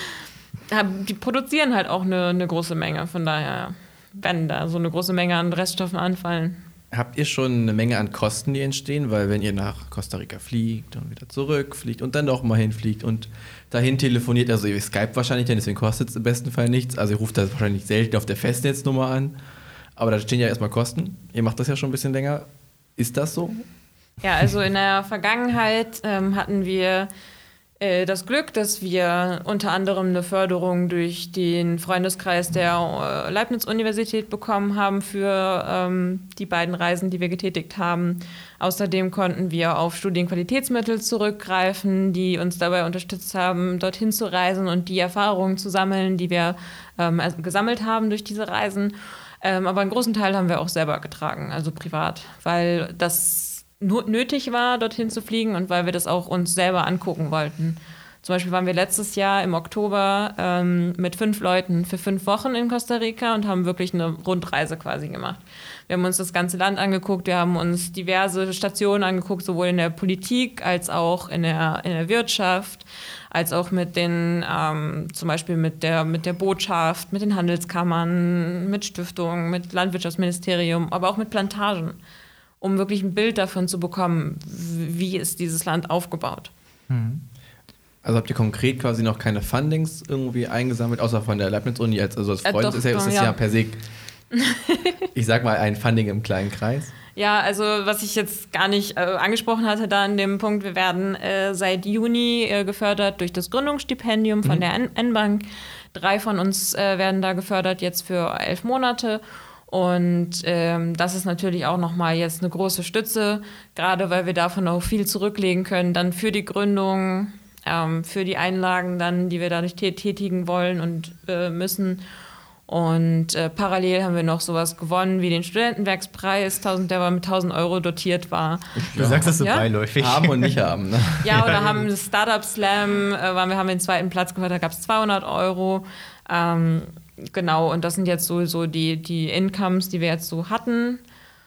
die produzieren halt auch eine, eine große Menge, von daher, wenn da so eine große Menge an Reststoffen anfallen. Habt ihr schon eine Menge an Kosten, die entstehen? Weil wenn ihr nach Costa Rica fliegt und wieder zurückfliegt und dann noch mal hinfliegt und dahin telefoniert, also ihr Skype wahrscheinlich, denn deswegen kostet es im besten Fall nichts. Also ihr ruft da wahrscheinlich selten auf der Festnetznummer an. Aber da stehen ja erstmal Kosten. Ihr macht das ja schon ein bisschen länger. Ist das so? Ja, also in der Vergangenheit ähm, hatten wir äh, das Glück, dass wir unter anderem eine Förderung durch den Freundeskreis der äh, Leibniz-Universität bekommen haben für ähm, die beiden Reisen, die wir getätigt haben. Außerdem konnten wir auf Studienqualitätsmittel zurückgreifen, die uns dabei unterstützt haben, dorthin zu reisen und die Erfahrungen zu sammeln, die wir ähm, also gesammelt haben durch diese Reisen. Ähm, aber einen großen Teil haben wir auch selber getragen, also privat, weil das nur nötig war, dorthin zu fliegen und weil wir das auch uns selber angucken wollten. Zum Beispiel waren wir letztes Jahr im Oktober ähm, mit fünf Leuten für fünf Wochen in Costa Rica und haben wirklich eine Rundreise quasi gemacht. Wir haben uns das ganze Land angeguckt, wir haben uns diverse Stationen angeguckt, sowohl in der Politik als auch in der, in der Wirtschaft, als auch mit den, ähm, zum Beispiel mit der, mit der Botschaft, mit den Handelskammern, mit Stiftungen, mit Landwirtschaftsministerium, aber auch mit Plantagen, um wirklich ein Bild davon zu bekommen, wie ist dieses Land aufgebaut. Mhm. Also habt ihr konkret quasi noch keine Fundings irgendwie eingesammelt, außer von der Leibniz-Uni, als, also als Äh, Freund doch, ist ja, ist doch, ja. ja. per se, ich sag mal, ein Funding im kleinen Kreis. Ja, also was ich jetzt gar nicht äh, angesprochen hatte da an dem Punkt, wir werden äh, seit Juni äh, gefördert durch das Gründungsstipendium von mhm. der N-Bank. Drei von uns äh, werden da gefördert jetzt für elf Monate. Und ähm, das ist natürlich auch nochmal jetzt eine große Stütze, gerade weil wir davon auch viel zurücklegen können, dann für die Gründung, ähm, für die Einlagen dann, die wir dadurch tätigen wollen und äh, müssen. Und äh, parallel haben wir noch sowas gewonnen wie den Studentenwerkspreis, der aber mit tausend Euro dotiert war. Du ja. sagst das so ja? beiläufig. Haben und nicht haben. Ne? Ja, oder haben das Startup Slam, äh, waren wir haben den zweiten Platz gemacht, da gab es zweihundert Euro. Ähm, genau, und das sind jetzt so, so die, die Incomes, die wir jetzt so hatten.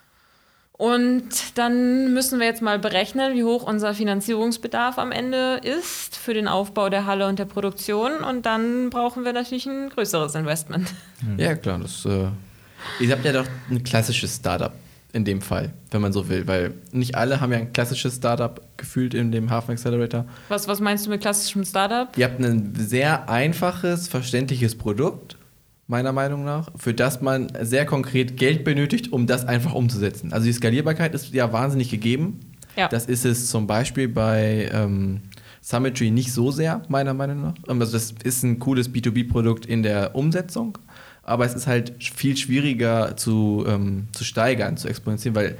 Und dann müssen wir jetzt mal berechnen, wie hoch unser Finanzierungsbedarf am Ende ist für den Aufbau der Halle und der Produktion. Und dann brauchen wir natürlich ein größeres Investment. Ja, klar. Das, äh, ihr habt ja doch ein klassisches Startup in dem Fall, wenn man so will. Weil nicht alle haben ja ein klassisches Startup gefühlt in dem Hafen Accelerator. Was, was meinst du mit klassischem Startup? Ihr habt ein sehr einfaches, verständliches Produkt, meiner Meinung nach, für das man sehr konkret Geld benötigt, um das einfach umzusetzen. Also die Skalierbarkeit ist ja wahnsinnig gegeben. Ja. Das ist es zum Beispiel bei ähm, Summitry nicht so sehr, meiner Meinung nach. Also das ist ein cooles B zwei B-Produkt in der Umsetzung, aber es ist halt viel schwieriger zu, ähm, zu steigern, zu exponentieren, weil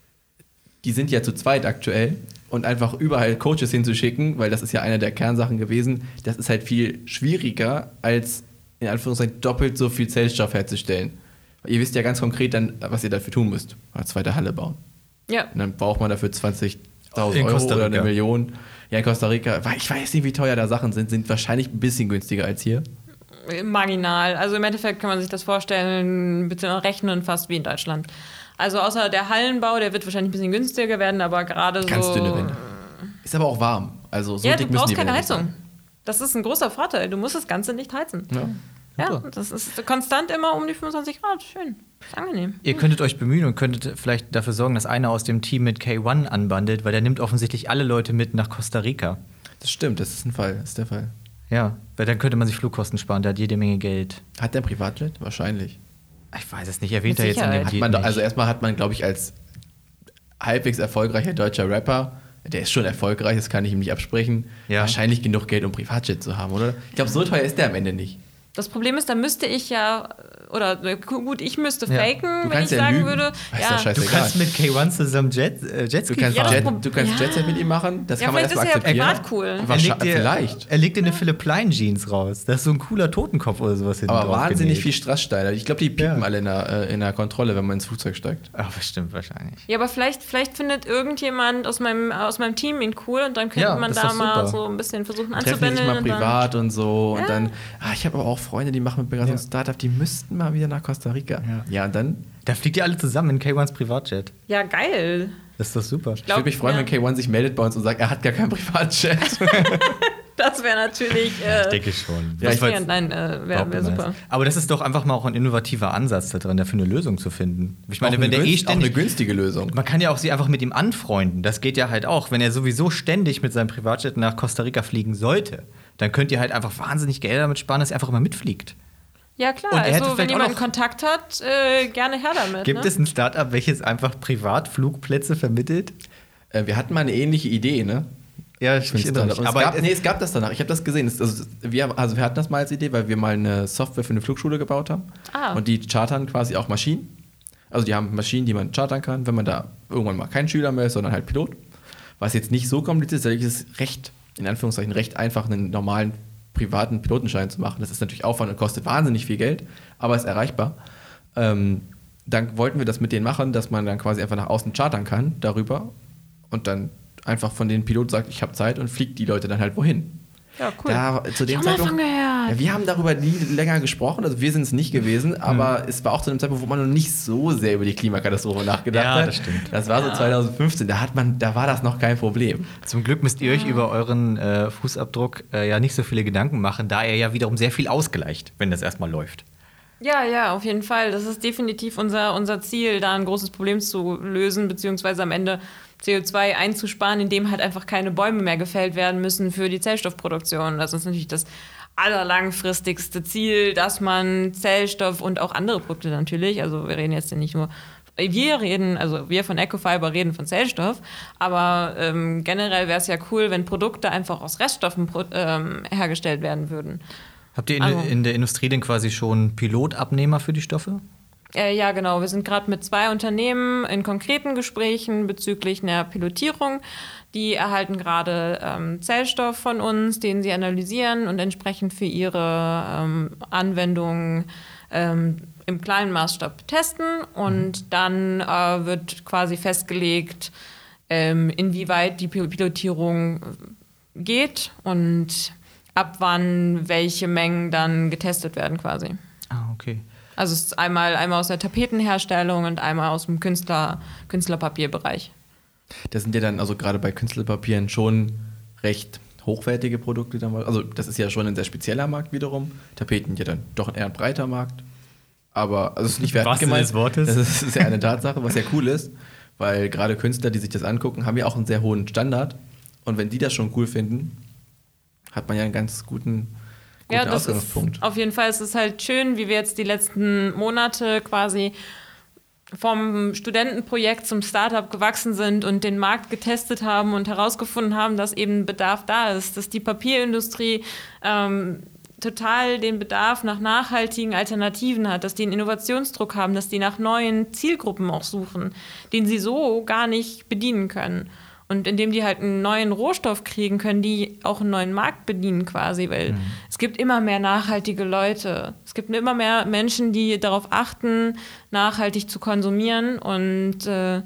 die sind ja zu zweit aktuell und einfach überall Coaches hinzuschicken, weil das ist ja eine der Kernsachen gewesen, das ist halt viel schwieriger als in Anführungszeichen doppelt so viel Zellstoff herzustellen. Ihr wisst ja ganz konkret dann, was ihr dafür tun müsst. Eine zweite Halle bauen. Ja. Und dann braucht man dafür zwanzigtausend In Euro Costa oder Rica. eine Million. Ja, in Costa Rica, ich weiß nicht, wie teuer da Sachen sind, sind wahrscheinlich ein bisschen günstiger als hier. Marginal. Also im Endeffekt kann man sich das vorstellen, bitte rechnen, fast wie in Deutschland. Also außer der Hallenbau, der wird wahrscheinlich ein bisschen günstiger werden, aber gerade so... Ganz dünne Wände. Ist aber auch warm. Also so Ja, dick du müssen brauchst die keine Wände nicht Heizung. sein. Das ist ein großer Vorteil. Du musst das Ganze nicht heizen. Ja. Ja, das ist konstant immer um die fünfundzwanzig Grad. Schön. Ist angenehm. Ihr könntet euch bemühen und könntet vielleicht dafür sorgen, dass einer aus dem Team mit K eins anbandelt, weil der nimmt offensichtlich alle Leute mit nach Costa Rica. Das stimmt, das ist ein Fall. Das ist der Fall. Ja, weil dann könnte man sich Flugkosten sparen, der hat jede Menge Geld. Hat der ein Privatjet? Wahrscheinlich. Ich weiß es nicht, erwähnt Mit er jetzt in dem Sicherheit. Hat Lied man, nicht. also erstmal hat man, glaube ich, als halbwegs erfolgreicher deutscher Rapper, der ist schon erfolgreich, das kann ich ihm nicht absprechen, Ja. wahrscheinlich genug Geld, um Privatjet zu haben, oder? Ich glaube, so teuer ist der am Ende nicht. Das Problem ist, da müsste ich ja, oder äh, gut, ich müsste Ja. faken, Du wenn ich kannst ja sagen lügen. würde. Ist doch Ja, scheiße. Du Egal. kannst mit K eins zusammen Jet, äh, Jetski Du kannst, Ja, das Jet, Prob- du kannst ja. Jetset mit ihm machen, das Ja, kann man vielleicht erstmal ist er ja akzeptieren. privat cool. Er legt Wahrscheinlich, dir, vielleicht. Er legt dir eine Philipp Plein Jeans raus. Da ist so ein cooler Totenkopf oder sowas hinten Aber drauf wahnsinnig genäht. viel Strasssteine. Ich glaube, die piepen Ja. alle in der, äh, in der Kontrolle, wenn man ins Flugzeug steigt. Ach, bestimmt wahrscheinlich. Ja, aber vielleicht, vielleicht findet irgendjemand aus meinem, aus meinem Team ihn cool und dann könnte Ja, man das ist da doch mal super. so ein bisschen versuchen Treffen die sich anzubändeln. mal und dann- privat und so. Ja. Und dann, ah, ich habe aber auch Freunde, die machen mit mir so ein Ja. Startup, die müssten mal wieder nach Costa Rica. Ja. Ja, und dann, Da fliegt ihr alle zusammen in K eins Privatjet. Ja, geil. Das ist doch super. ich würde mich freuen, ja. wenn K eins sich meldet bei uns und sagt, er hat gar keinen Privatjet. Das wäre natürlich. Äh, denke schon. Ja, ich frustrierend. Nein, äh, wäre wär super. Aber das ist doch einfach mal auch ein innovativer Ansatz da drin, dafür eine Lösung zu finden. Ich meine, Auch wenn eine der eh günst- auch eine ständig. günstige Lösung. Man kann ja auch sie einfach mit ihm anfreunden. Das geht ja halt auch. Wenn er sowieso ständig mit seinem Privatjet nach Costa Rica fliegen sollte, dann könnt ihr halt einfach wahnsinnig Geld damit sparen, dass er einfach immer mitfliegt. Ja, klar. Und er hätte Also, wenn vielleicht auch jemand noch- Kontakt hat, äh, gerne her damit. Gibt ne? es ein Startup, welches einfach Privatflugplätze vermittelt? Äh, wir hatten mal eine ähnliche Idee, ne? Ja, ich Für ein Startup. Und es Aber gab, nee, es gab das danach. Ich habe das gesehen. Es, also, wir, also wir hatten das mal als Idee, weil wir mal eine Software für eine Flugschule gebaut haben. Ah. Und die chartern quasi auch Maschinen. Also die haben Maschinen, die man chartern kann, wenn man da irgendwann mal kein Schüler mehr ist, sondern halt Pilot. Was jetzt nicht so kompliziert ist, sondern es ist recht, in Anführungszeichen, recht einfach, einen normalen privaten Pilotenschein zu machen. Das ist natürlich Aufwand und kostet wahnsinnig viel Geld, aber ist erreichbar. Ähm, dann wollten wir das mit denen machen, dass man dann quasi einfach nach außen chartern kann darüber und dann einfach von den Piloten sagt, ich habe Zeit und fliegt die Leute dann halt wohin. Ja, cool. Da, zu dem Ich hab mal Zeitpunkt, von gehört. ja, wir haben darüber nie länger gesprochen, also wir sind es nicht gewesen, aber es war auch zu einem Zeitpunkt, wo man noch nicht so sehr über die Klimakatastrophe nachgedacht Ja, hat. das stimmt. Das war so zwanzig fünfzehn, da hat man, da war das noch kein Problem. Zum Glück müsst ihr euch über euren äh, Fußabdruck äh, ja nicht so viele Gedanken machen, da er ja wiederum sehr viel ausgleicht, wenn das erstmal läuft. Ja, ja, auf jeden Fall. Das ist definitiv unser, unser Ziel, da ein großes Problem zu lösen, beziehungsweise am Ende C O zwei einzusparen, indem halt einfach keine Bäume mehr gefällt werden müssen für die Zellstoffproduktion. Das ist natürlich das allerlangfristigste Ziel, dass man Zellstoff und auch andere Produkte natürlich, also wir reden jetzt nicht nur, wir reden, also wir von Ecofiber reden von Zellstoff, aber ähm, generell wäre es ja cool, wenn Produkte einfach aus Reststoffen pro, ähm, hergestellt werden würden. Habt ihr in, Also- in der Industrie denn quasi schon Pilotabnehmer für die Stoffe? Äh, ja, genau. Wir sind gerade mit zwei Unternehmen in konkreten Gesprächen bezüglich einer Pilotierung. Die erhalten gerade ähm, Zellstoff von uns, den sie analysieren und entsprechend für ihre ähm, Anwendungen ähm, im kleinen Maßstab testen. Und mhm. dann äh, wird quasi festgelegt, ähm, inwieweit die Pilotierung geht und ab wann welche Mengen dann getestet werden quasi. Ah, okay. Also es ist einmal, einmal aus der Tapetenherstellung und einmal aus dem Künstler, Künstlerpapierbereich. Das sind ja dann also gerade bei Künstlerpapieren schon recht hochwertige Produkte. Dann, also das ist ja schon ein sehr spezieller Markt wiederum. Tapeten ja dann doch eher ein breiter Markt. Aber also es ist nicht wertend Wahrsten gemeint. des Wortes. Das ist, ist ja eine Tatsache, was ja cool ist, weil gerade Künstler, die sich das angucken, haben ja auch einen sehr hohen Standard. Und wenn die das schon cool finden, hat man ja einen ganz guten Ja, das Ausgangspunkt. ist auf jeden Fall. Es ist halt schön, wie wir jetzt die letzten Monate quasi vom Studentenprojekt zum Startup gewachsen sind und den Markt getestet haben und herausgefunden haben, dass eben Bedarf da ist, dass die Papierindustrie ähm, total den Bedarf nach nachhaltigen Alternativen hat, dass die einen Innovationsdruck haben, dass die nach neuen Zielgruppen auch suchen, den sie so gar nicht bedienen können. Und indem die halt einen neuen Rohstoff kriegen, können die auch einen neuen Markt bedienen quasi, weil mhm. es gibt immer mehr nachhaltige Leute. Es gibt immer mehr Menschen, die darauf achten, nachhaltig zu konsumieren und äh,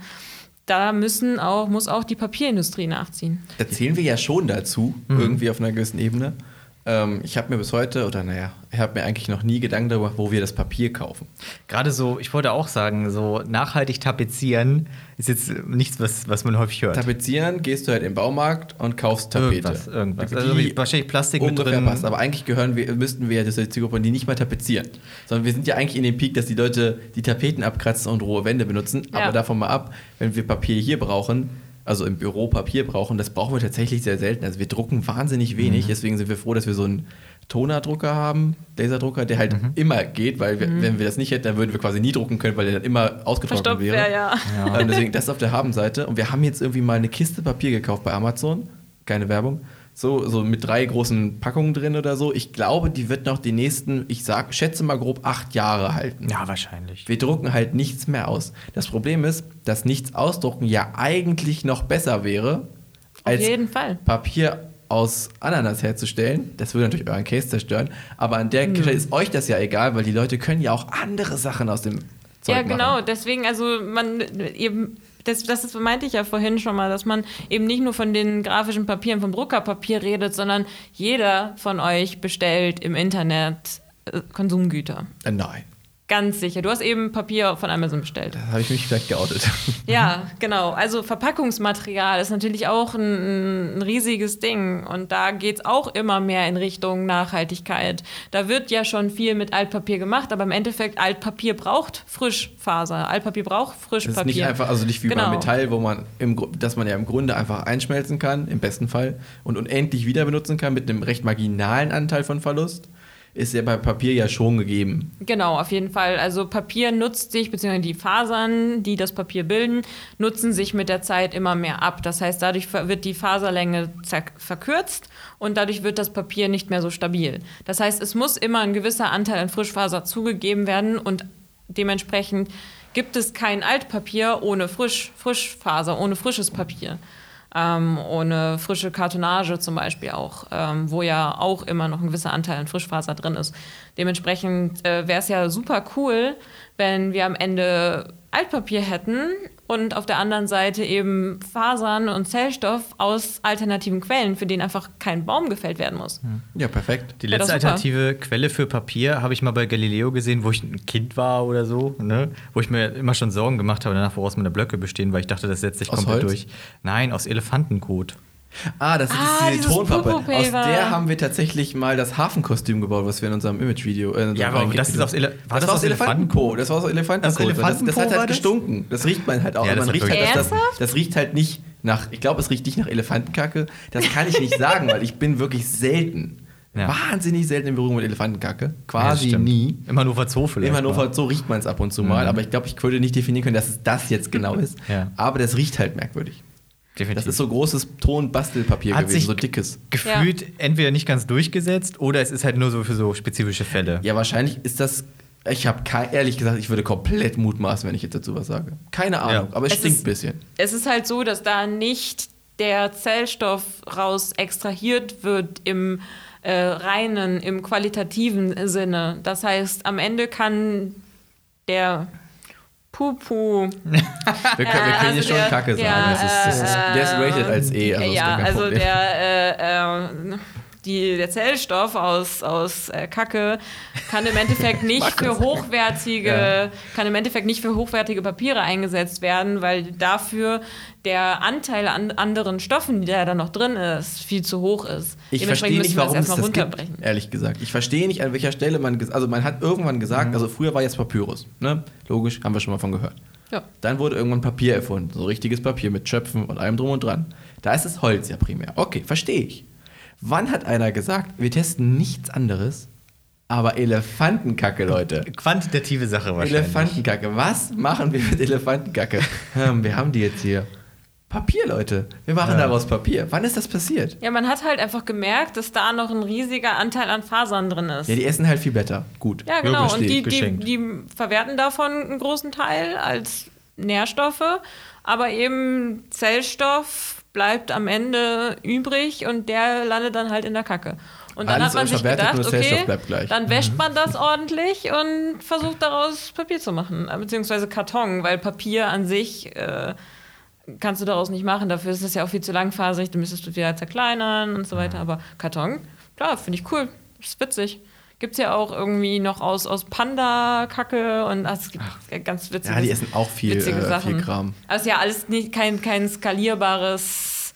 da müssen auch, muss auch die Papierindustrie nachziehen. Da zählen wir ja schon dazu, mhm. irgendwie auf einer gewissen Ebene. Ähm, ich habe mir bis heute, oder naja, ich habe mir eigentlich noch nie Gedanken darüber gemacht, wo wir das Papier kaufen. Gerade so, ich wollte auch sagen, so nachhaltig tapezieren ist jetzt nichts, was, was man häufig hört. Tapezieren gehst du halt im Baumarkt und kaufst Tapete. Irgendwas, irgendwas. Die Also wie wahrscheinlich Plastik mit ungefähr drin. passt. Aber eigentlich gehören wir, müssten wir ja diese Zielgruppe, die nicht mal tapezieren. Sondern wir sind ja eigentlich in dem Peak, dass die Leute die Tapeten abkratzen und rohe Wände benutzen. Ja. Aber davon mal ab, wenn wir Papier hier brauchen, also im Büro Papier brauchen, das brauchen wir tatsächlich sehr selten. Also wir drucken wahnsinnig wenig, mhm. deswegen sind wir froh, dass wir so einen Tonerdrucker haben, Laserdrucker, der halt mhm. immer geht, weil wir, mhm. wenn wir das nicht hätten, dann würden wir quasi nie drucken können, weil der dann immer ausgetrocknet Verstopft wäre. wär, ja. Ja. Ähm, deswegen das auf der Habenseite. Und wir haben jetzt irgendwie mal eine Kiste Papier gekauft bei Amazon, keine Werbung, so, so mit drei großen Packungen drin oder so. Ich glaube, die wird noch die nächsten, ich sag, schätze mal grob acht Jahre halten. Ja, wahrscheinlich. Wir drucken halt nichts mehr aus. Das Problem ist, dass nichts ausdrucken ja eigentlich noch besser wäre, als Auf jeden Fall. Papier aus Ananas herzustellen. Das würde natürlich euren Case zerstören. Aber an der Stelle ist euch das ja egal, weil die Leute können ja auch andere Sachen aus dem Zeug Ja, genau. machen. Deswegen, also man eben, das, das ist, meinte ich ja vorhin schon mal, dass man eben nicht nur von den grafischen Papieren vom Druckerpapier redet, sondern jeder von euch bestellt im Internet äh, Konsumgüter. Äh, nein, Ganz sicher. Du hast eben Papier von Amazon bestellt. da habe ich mich vielleicht geoutet. Ja, genau. Also Verpackungsmaterial ist natürlich auch ein, ein riesiges Ding. Und da geht es auch immer mehr in Richtung Nachhaltigkeit. Da wird ja schon viel mit Altpapier gemacht, aber im Endeffekt, Altpapier braucht Frischfaser. Altpapier braucht Frischpapier. Das ist nicht einfach, also nicht wie Genau. beim Metall, wo man im, Gru- dass man ja im Grunde einfach einschmelzen kann, im besten Fall, und unendlich wieder benutzen kann mit einem recht marginalen Anteil von Verlust. Ist ja bei Papier ja schon gegeben. Genau, auf jeden Fall. Also Papier nutzt sich, beziehungsweise die Fasern, die das Papier bilden, nutzen sich mit der Zeit immer mehr ab. Das heißt, dadurch wird die Faserlänge zack- verkürzt und dadurch wird das Papier nicht mehr so stabil. Das heißt, es muss immer ein gewisser Anteil an Frischfaser zugegeben werden und dementsprechend gibt es kein Altpapier ohne Frisch, Frischfaser, ohne frisches Papier. Ähm, ohne frische Kartonage zum Beispiel auch, ähm, wo ja auch immer noch ein gewisser Anteil an Frischfaser drin ist. Dementsprechend äh, wäre es ja super cool, wenn wir am Ende Altpapier hätten und auf der anderen Seite eben Fasern und Zellstoff aus alternativen Quellen, für den einfach kein Baum gefällt werden muss. Ja, perfekt. Die Ja, letzte das ist super. alternative Quelle für Papier habe ich mal bei Galileo gesehen, wo ich ein Kind war oder so, ne? Wo ich mir immer schon Sorgen gemacht habe, danach, woraus meine Blöcke bestehen, weil ich dachte, das setzt sich Aus komplett Holz? durch. Nein, aus Elefantenkot. Ah, das ist Ah, die dieses Tonpappe. Popo-Paper. Aus der haben wir tatsächlich mal das Hafenkostüm gebaut, was wir in unserem Image-Video. Äh, in unserem Ja, aber Reingeht- das ist aus Ele- war das das war aus aus Elefantenko. Das war aus Elefantenko. Aus Elefantenko das, das hat war halt das? gestunken. Das riecht man halt auch. Ja, Aber das man hat riecht halt, wirklich- dass das, Ernsthaft? das riecht halt nicht nach. Ich glaube, es riecht nicht nach Elefantenkacke. Das kann ich nicht sagen, weil ich bin wirklich selten, Ja. wahnsinnig selten in Berührung mit Elefantenkacke. Ja, das Quasi stimmt. nie. Im Hannover Zoo vielleicht. Im Hannover mal. Zoo riecht man es ab und zu mal, Mhm. aber ich glaube, ich könnte nicht definieren können, dass es das jetzt genau ist. Ja. Aber das riecht halt merkwürdig. Definitiv. Das ist so großes Ton-Bastelpapier Hat gewesen, sich so dickes. gefühlt entweder nicht ganz durchgesetzt oder es ist halt nur so für so spezifische Fälle. Ja, wahrscheinlich ist das. Ich habe ehrlich gesagt, ich würde komplett mutmaßen, wenn ich jetzt dazu was sage. Keine Ahnung, Ja. aber es, Es stinkt ist- ein bisschen. Es ist halt so, dass da nicht der Zellstoff raus extrahiert wird im äh, reinen, im qualitativen Sinne. Das heißt, am Ende kann der Pupu. Wir können, wir können also hier schon der- Kacke der, sagen. Das ist, das ist, äh, der ist rated als E. Also ist ja, gar kein also Problem. der, äh, äh, die, der Zellstoff aus, aus äh, Kacke kann im Endeffekt nicht für hochwertige, Ja. kann im Endeffekt nicht für hochwertige Papiere eingesetzt werden, weil dafür der Anteil an anderen Stoffen, der da noch drin ist, viel zu hoch ist. Ich Dementsprechend verstehe nicht, müssen wir warum es erstmal das gibt, runterbrechen. ehrlich gesagt. Ich verstehe nicht, an welcher Stelle man, ges- also man hat irgendwann gesagt, also früher war jetzt Papyrus, ne? Logisch, haben wir schon mal von gehört. Ja. Dann wurde irgendwann Papier erfunden, so richtiges Papier mit Schöpfen und allem drum und dran. Da ist es Holz ja primär. Okay, verstehe ich. Wann hat einer gesagt, wir testen nichts anderes, aber Elefantenkacke, Leute? Quantitative Sache wahrscheinlich. Elefantenkacke. Was machen wir mit Elefantenkacke? Hm, wir haben die jetzt hier. Papier, Leute. Wir machen Ja. daraus Papier. Wann ist das passiert? Ja, man hat halt einfach gemerkt, dass da noch ein riesiger Anteil an Fasern drin ist. Ja, die essen halt viel Blätter. Gut. Ja, genau. Verstehe Und ich. die, die, geschenkt. die verwerten davon einen großen Teil als Nährstoffe, aber eben Zellstoff bleibt am Ende übrig und der landet dann halt in der Kacke. Und dann Alles hat man sich unverwertet, gedacht, nur Zellstoff okay, bleibt gleich. dann wäscht man das ordentlich und versucht daraus Papier zu machen, beziehungsweise Karton, weil Papier an sich äh, kannst du daraus nicht machen. Dafür ist es ja auch viel zu langfasig, dann müsstest du wieder zerkleinern und so weiter. Aber Karton, klar, finde ich cool. Das ist witzig. Gibt es ja auch irgendwie noch aus, aus Panda-Kacke und also es gibt ganz witzige Ja, die essen auch viel, witzige äh, Sachen. viel Kram. Also ja, alles nicht, kein, kein skalierbares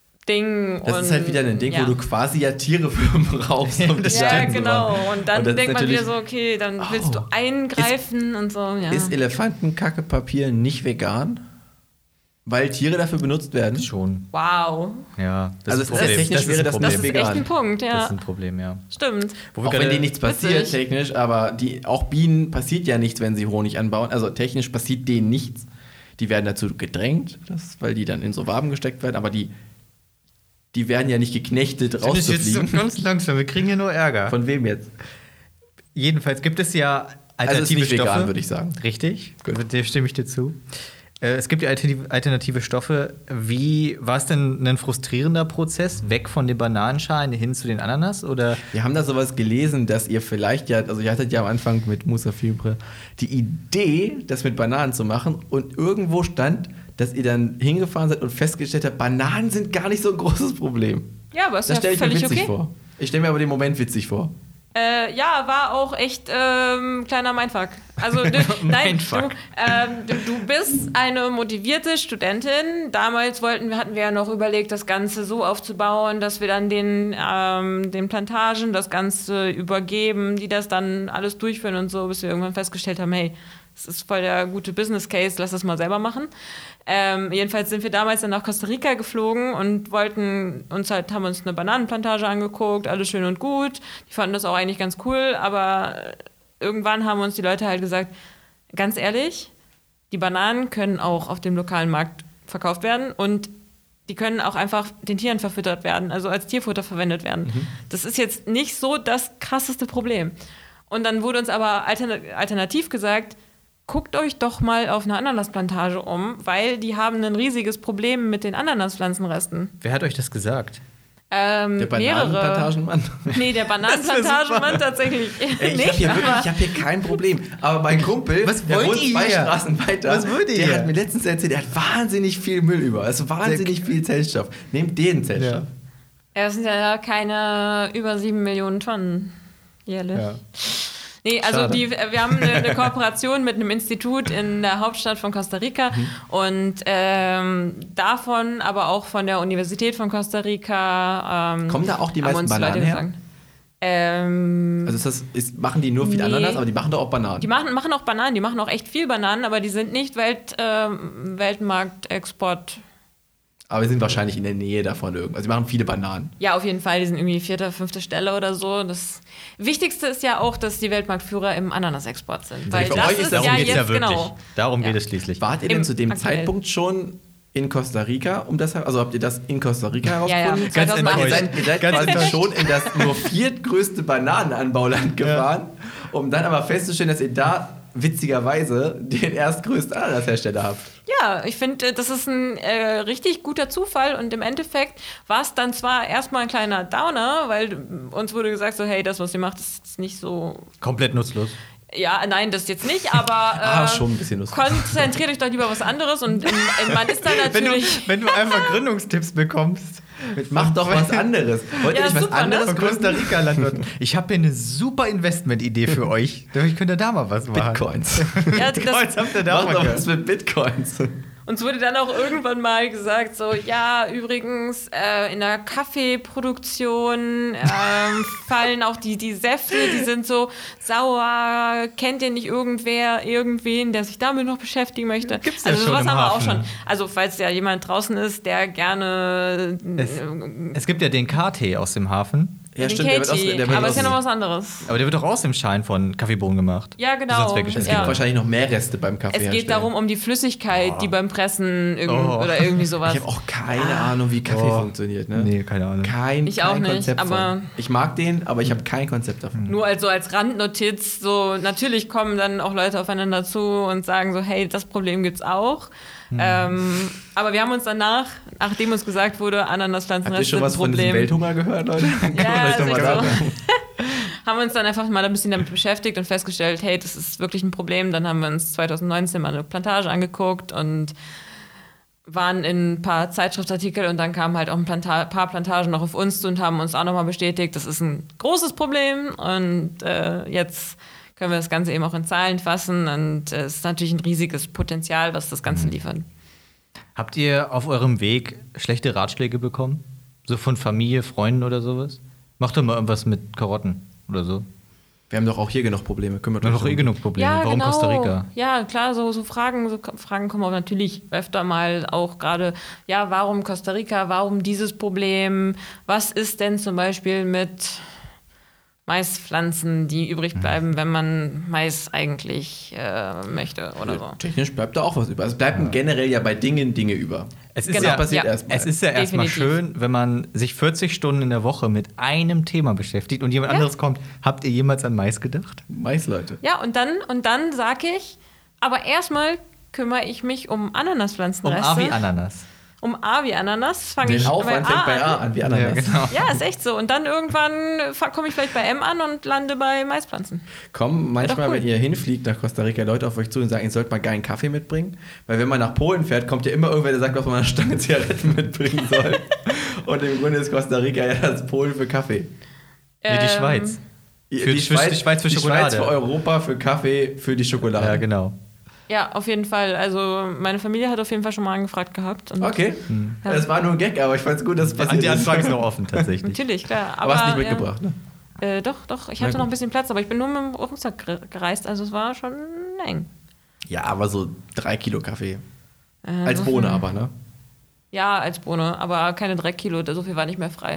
Ding. Das und, ist halt wieder ein Ding, ja. wo du quasi ja Tiere für brauchst. Um das die Ja, Sachen zu genau. machen. Und dann Und das ist denkt man natürlich- wieder so, okay, dann willst Oh. du eingreifen und so. Ja. Ist Elefantenkacke-Papier nicht vegan? Weil Tiere dafür benutzt werden? Schon. Wow. Ja, Also ist es ein ist technisch ist wäre ein das Problem. Das ist vegan. echt ein Punkt, Das ja. ist ein Problem, ja. Stimmt. Wo wir Auch wenn gerade- denen nichts passiert, Witzig. technisch, aber die, auch Bienen passiert ja nichts, wenn sie Honig anbauen. Also technisch passiert denen nichts. Die werden dazu gedrängt, das, weil die dann in so Waben gesteckt werden, aber die, die werden ja nicht geknechtet, Das ist jetzt so rauszufliegen. ganz langsam, wir kriegen hier nur Ärger. Von wem jetzt? Jedenfalls gibt es ja Also es ist alternative nicht vegan, Stoffe. würde ich sagen. Richtig, Gut. dem stimme ich dir zu. Äh, Es gibt ja alternative, alternative Stoffe. Wie war es denn ein frustrierender Prozess, weg von den Bananenschalen hin zu den Ananas? Oder Wir haben da sowas gelesen, dass ihr vielleicht ja, also ihr hattet ja am Anfang mit Musa Fibre die Idee, das mit Bananen zu machen und irgendwo stand, dass ihr dann hingefahren seid und festgestellt habt, Bananen sind gar nicht so ein großes Problem. Ja, aber ist Das ja stelle ich mir völlig witzig okay. vor. Ich stelle mir aber den Moment witzig vor. Äh, ja, war auch echt ähm, kleiner Mindfuck. Also du, nein, du, Mindfuck. ähm, du, du bist eine motivierte Studentin. Damals wollten wir, hatten wir ja noch überlegt, das Ganze so aufzubauen, dass wir dann den, ähm, den Plantagen das Ganze übergeben, die das dann alles durchführen und so, bis wir irgendwann festgestellt haben, hey, das ist voll der gute Business Case, lass das mal selber machen. Ähm, jedenfalls sind wir damals dann nach Costa Rica geflogen und wollten uns halt, haben uns eine Bananenplantage angeguckt, alles schön und gut. Die fanden das auch eigentlich ganz cool, aber irgendwann haben uns die Leute halt gesagt, ganz ehrlich, die Bananen können auch auf dem lokalen Markt verkauft werden und die können auch einfach den Tieren verfüttert werden, also als Tierfutter verwendet werden. Mhm. Das ist jetzt nicht so das krasseste Problem. Und dann wurde uns aber altern- alternativ gesagt, guckt euch doch mal auf eine Ananasplantage um, weil die haben ein riesiges Problem mit den Ananaspflanzenresten. wer hat euch das gesagt? Ähm, Der mehrere. Bananenplantagenmann. Nee, der Bananenplantagenmann tatsächlich Ey, ich nicht. habe hier, wirklich- aber- ich hab hier kein Problem. Aber mein Kumpel, Was der wollt wohnt ihr zwei hier? Straßen weiter, Was wollt ihr der hier? hat mir letztens erzählt, der hat wahnsinnig viel Müll über. Also wahnsinnig viel Zellstoff. Nehmt den Zellstoff. Ja, das sind ja keine über sieben Millionen Tonnen jährlich. Ja. Nee, also Schade. die, wir haben eine, eine Kooperation mit einem Institut in der Hauptstadt von Costa Rica Mhm. und ähm, davon, aber auch von der Universität von Costa Rica. Ähm, Kommen da auch die haben meisten uns Bananen Leute her? gesagt. Ähm, Also ist das, ist, machen die nur viel Nee. Ananas, aber die machen doch auch Bananen. die machen, machen auch Bananen, die machen auch echt viel Bananen, aber die sind nicht Welt, ähm, Weltmarktexport. Aber wir sind wahrscheinlich in der Nähe davon irgendwo. Also die machen viele Bananen. Ja, auf jeden Fall, die sind irgendwie vierte, fünfte Stelle oder so. Das Wichtigste ist ja auch, dass die Weltmarktführer im Ananasexport sind. Weil für das euch ist ist ja das- Darum geht es jetzt ja wirklich. genau. Darum Ja. geht es schließlich. Wart ihr Im denn zu dem aktuell. Zeitpunkt schon in Costa Rica, um das, also habt ihr das in Costa Rica Ja, ja, herausgefunden? Ganz zweitausendachtzehn. Ihr enttäuscht. seid, ihr seid Ganz quasi enttäuscht. schon in das nur viertgrößte Bananenanbauland gefahren, um dann aber festzustellen, dass ihr da witzigerweise den erstgrößten Ananashersteller habt. Ja, ich finde, das ist ein äh, richtig guter Zufall und im Endeffekt war es dann zwar erstmal ein kleiner Downer, weil uns wurde gesagt, so hey, das, was ihr macht, ist nicht so. Komplett nutzlos. Ja, nein, das jetzt nicht, aber äh, Ah, schon ein bisschen lustig. konzentriert euch doch lieber was anderes und ähm, man ist dann Wenn du, natürlich. wenn du einfach Gründungstipps bekommst. Macht doch was anderes. Wollt ihr Ja, nicht was super, ne? anderes Von gründen? Costa Rica Landwirten. Ich habe hier eine super Investmentidee für euch. Ich könnte da mal was machen. Bitcoins. Ja, das, Bitcoins habt ihr da auch Macht mal doch was gehört. mit Bitcoins. Uns wurde dann auch irgendwann mal gesagt, so, ja, übrigens, äh, in der Kaffeeproduktion ähm, fallen auch die, die Säfte, die sind so sauer. Kennt ihr nicht irgendwer, irgendwen, der sich damit noch beschäftigen möchte? Gibt's ja also schon sowas im haben wir auch Hafen. schon. Also falls ja jemand draußen ist, der gerne Es, es gibt ja den K-Tee aus dem Hafen. Ja, den stimmt, der wird aus, Katie, der wird aber aus, ist ja noch was anderes. Aber der wird doch aus dem Schein von Kaffeebohnen gemacht. Ja, Die genau. sonst Es weggeschmissen gibt Ja. wahrscheinlich noch mehr Reste beim Kaffee Es geht herstellen. darum, um die Flüssigkeit, die beim Pressen irgend Oh. oder irgendwie sowas. Ich habe auch keine Ahnung, wie Kaffee Oh. funktioniert. Ne? Nee, keine Ahnung. Kein, Ich kein auch nicht, Konzept aber- von. Ich mag den, aber ich habe kein Konzept davon. Nur also als Randnotiz, so natürlich kommen dann auch Leute aufeinander zu und sagen so, hey, das Problem gibt's auch. Hm. Ähm, aber wir haben uns danach, nachdem uns gesagt wurde, Ananaspflanzenreste Habt ihr schon sind was ein von diesem Problem. Welthunger gehört, Leute? Ja, euch doch mal ist echt sagen. so. Haben wir uns dann einfach mal ein bisschen damit beschäftigt und festgestellt, hey, das ist wirklich ein Problem. Dann haben wir uns zwanzig neunzehn mal eine Plantage angeguckt und waren in ein paar Zeitschriftsartikel und dann kamen halt auch ein Planta- paar Plantagen noch auf uns zu und haben uns auch nochmal bestätigt, das ist ein großes Problem und äh, jetzt können wir das Ganze eben auch in Zahlen fassen und äh, es ist natürlich ein riesiges Potenzial, was das Ganze liefert. Habt ihr auf eurem Weg schlechte Ratschläge bekommen? So von Familie, Freunden oder sowas? Macht doch mal irgendwas mit Karotten oder so. Wir haben doch auch hier genug Probleme. Kümmert Wir haben euch doch eh drum. genug Probleme. Warum genau. Costa Rica? Ja, klar, so, so Fragen, so K- Fragen kommen auch natürlich öfter mal auch gerade, ja, warum Costa Rica, warum dieses Problem? Was ist denn zum Beispiel mit Maispflanzen, die übrig bleiben, wenn man Mais eigentlich äh, möchte oder so? Technisch bleibt da auch was über. Also es bleiben generell ja bei Dingen Dinge über. Es ist Genau, ja, passiert ja. erstmal. es ist ja erstmal Definitiv. schön, wenn man sich vierzig Stunden in der Woche mit einem Thema beschäftigt und jemand Ja. anderes kommt. Habt ihr jemals an Mais gedacht? Mais, Leute. Ja, und dann, und dann sage ich, aber erstmal kümmere ich mich um Um Ananaspflanzenreste. A wie Ananas. Um A wie Ananas. Fange ich Den Aufwand fängt bei A an. an, wie Ananas. genau. Ja, ist echt so. Und dann irgendwann komme ich vielleicht bei M an und lande bei Maispflanzen. Kommen manchmal, doch cool. wenn ihr hinfliegt nach Costa Rica, Leute auf euch zu und sagen, ihr sollt mal geilen Kaffee mitbringen. Weil wenn man nach Polen fährt, kommt ja immer irgendwer, der sagt, was man eine Stange Zigaretten mitbringen soll. Und im Grunde ist Costa Rica ja das Polen für Kaffee. Nee, die Ähm, Schweiz. Die, Für die Schweiz- die Schweiz für die Schokolade. Schweiz für Europa, für Kaffee, für die Schokolade. Ja, genau. Ja, auf jeden Fall. Also meine Familie hat auf jeden Fall schon mal angefragt gehabt. Und Okay, Ja. das war nur ein Gag, aber ich fand es gut, dass es passiert Die ist. Anfrage ist noch offen, tatsächlich. Natürlich, klar. Aber hast nicht ja. mitgebracht, ne? Äh, doch, doch. Ich Na hatte gut. noch ein bisschen Platz, aber ich bin nur mit dem Rucksack gere- gereist. Also es war schon eng. Ja, aber so drei Kilo Kaffee. Äh, Als so Bohne viel- aber, ne? Ja, als Bohne, aber keine drei Kilo. So viel war nicht mehr frei.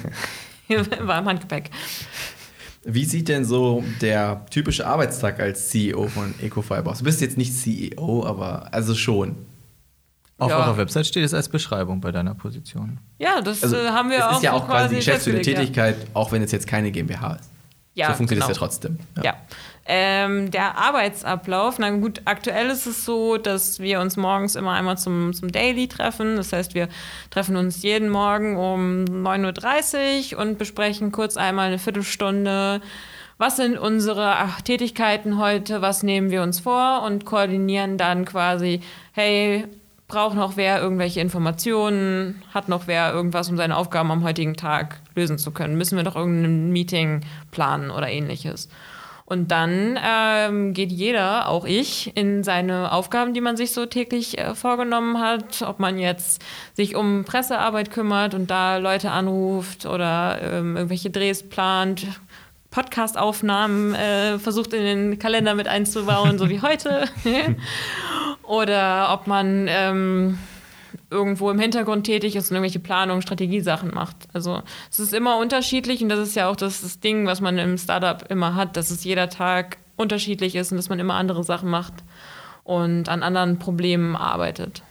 War im Handgepäck. Wie sieht denn so der typische Arbeitstag als C E O von Ecofiber aus? Du bist jetzt nicht C E O, aber also schon. Auf Ja. eurer Website steht es als Beschreibung bei deiner Position. Ja, das Also äh, haben wir es auch ist ja so auch quasi die geschäftsführende festgelegt, Tätigkeit, auch wenn es jetzt keine GmbH ist. Ja, so funktioniert genau. es ja trotzdem. Ja. Ähm, der Arbeitsablauf, na gut, aktuell ist es so, dass wir uns morgens immer einmal zum, zum Daily treffen. Das heißt, wir treffen uns jeden Morgen um neun Uhr dreißig und besprechen kurz einmal eine Viertelstunde, was sind unsere ach, Tätigkeiten heute, was nehmen wir uns vor und koordinieren dann quasi, hey, braucht noch wer irgendwelche Informationen, hat noch wer irgendwas, um seine Aufgaben am heutigen Tag lösen zu können, müssen wir doch irgendein Meeting planen oder ähnliches. Und dann ähm, geht jeder, auch ich, in seine Aufgaben, die man sich so täglich äh, vorgenommen hat. Ob man jetzt sich um Pressearbeit kümmert und da Leute anruft oder ähm, irgendwelche Drehs plant, Podcast-Aufnahmen äh, versucht in den Kalender mit einzubauen, so wie heute. Oder ob man ähm, irgendwo im Hintergrund tätig ist und irgendwelche Planungen, Strategiesachen macht. Also es ist immer unterschiedlich und das ist ja auch das, das Ding, was man im Startup immer hat, dass es jeder Tag unterschiedlich ist und dass man immer andere Sachen macht und an anderen Problemen arbeitet.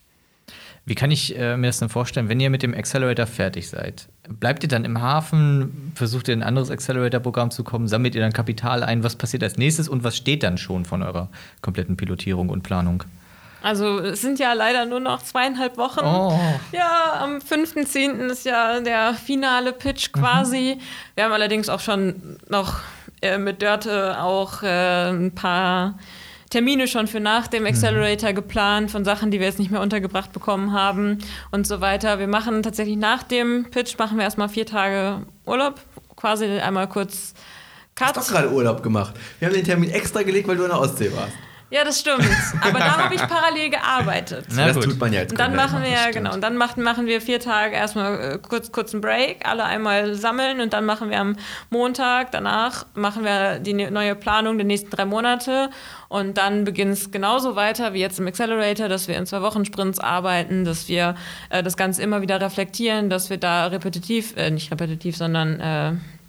Wie kann ich äh, mir das denn vorstellen, wenn ihr mit dem Accelerator fertig seid? Bleibt ihr dann im Hafen, versucht ihr in ein anderes Accelerator-Programm zu kommen, sammelt ihr dann Kapital ein, was passiert als nächstes und was steht dann schon von eurer kompletten Pilotierung und Planung? Also es sind ja leider nur noch zweieinhalb Wochen. Oh. Ja, am fünften zehnten ist ja der finale Pitch quasi. Mhm. Wir haben allerdings auch schon noch äh, mit Dörte auch äh, ein paar Termine schon für nach dem Accelerator mhm. geplant, von Sachen, die wir jetzt nicht mehr untergebracht bekommen haben und so weiter. Wir machen tatsächlich nach dem Pitch, machen wir erstmal vier Tage Urlaub, quasi einmal kurz Cut. Du hast doch gerade Urlaub gemacht. Wir haben den Termin extra gelegt, weil du in der Ostsee warst. Ja, das stimmt. Aber da habe ich parallel gearbeitet. Na, das gut. Tut man ja jetzt. Und dann machen wir ja, genau, und dann machen, machen wir vier Tage erstmal äh, kurz, kurz einen Break, alle einmal sammeln und dann machen wir am Montag, danach machen wir die ne- neue Planung der nächsten drei Monate und dann beginnt es genauso weiter wie jetzt im Accelerator, dass wir in zwei Wochen Sprints arbeiten, dass wir äh, das Ganze immer wieder reflektieren, dass wir da repetitiv, äh, nicht repetitiv, sondern äh,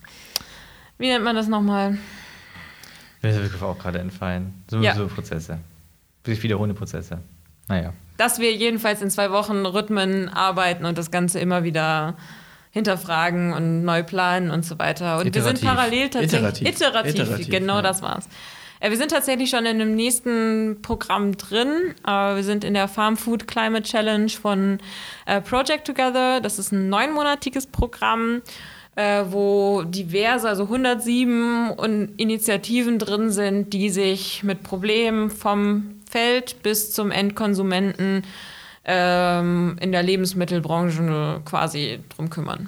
wie nennt man das nochmal? Mir ist wirklich auch gerade entfallen. So, ja. so Prozesse. Sich wiederholende Prozesse. Naja. Dass wir jedenfalls in zwei Wochen Rhythmen arbeiten und das Ganze immer wieder hinterfragen und neu planen und so weiter. Und Iterativ. wir sind parallel tatsächlich... Iterativ. Iterativ, Iterativ genau ja. das war's. Äh, wir sind tatsächlich schon in einem nächsten Programm drin. Äh, wir sind in der Farm Food Climate Challenge von äh, Project Together. Das ist ein neunmonatiges Programm, Äh, wo diverse, also hundertsieben Initiativen drin sind, die sich mit Problemen vom Feld bis zum Endkonsumenten ähm, in der Lebensmittelbranche quasi drum kümmern.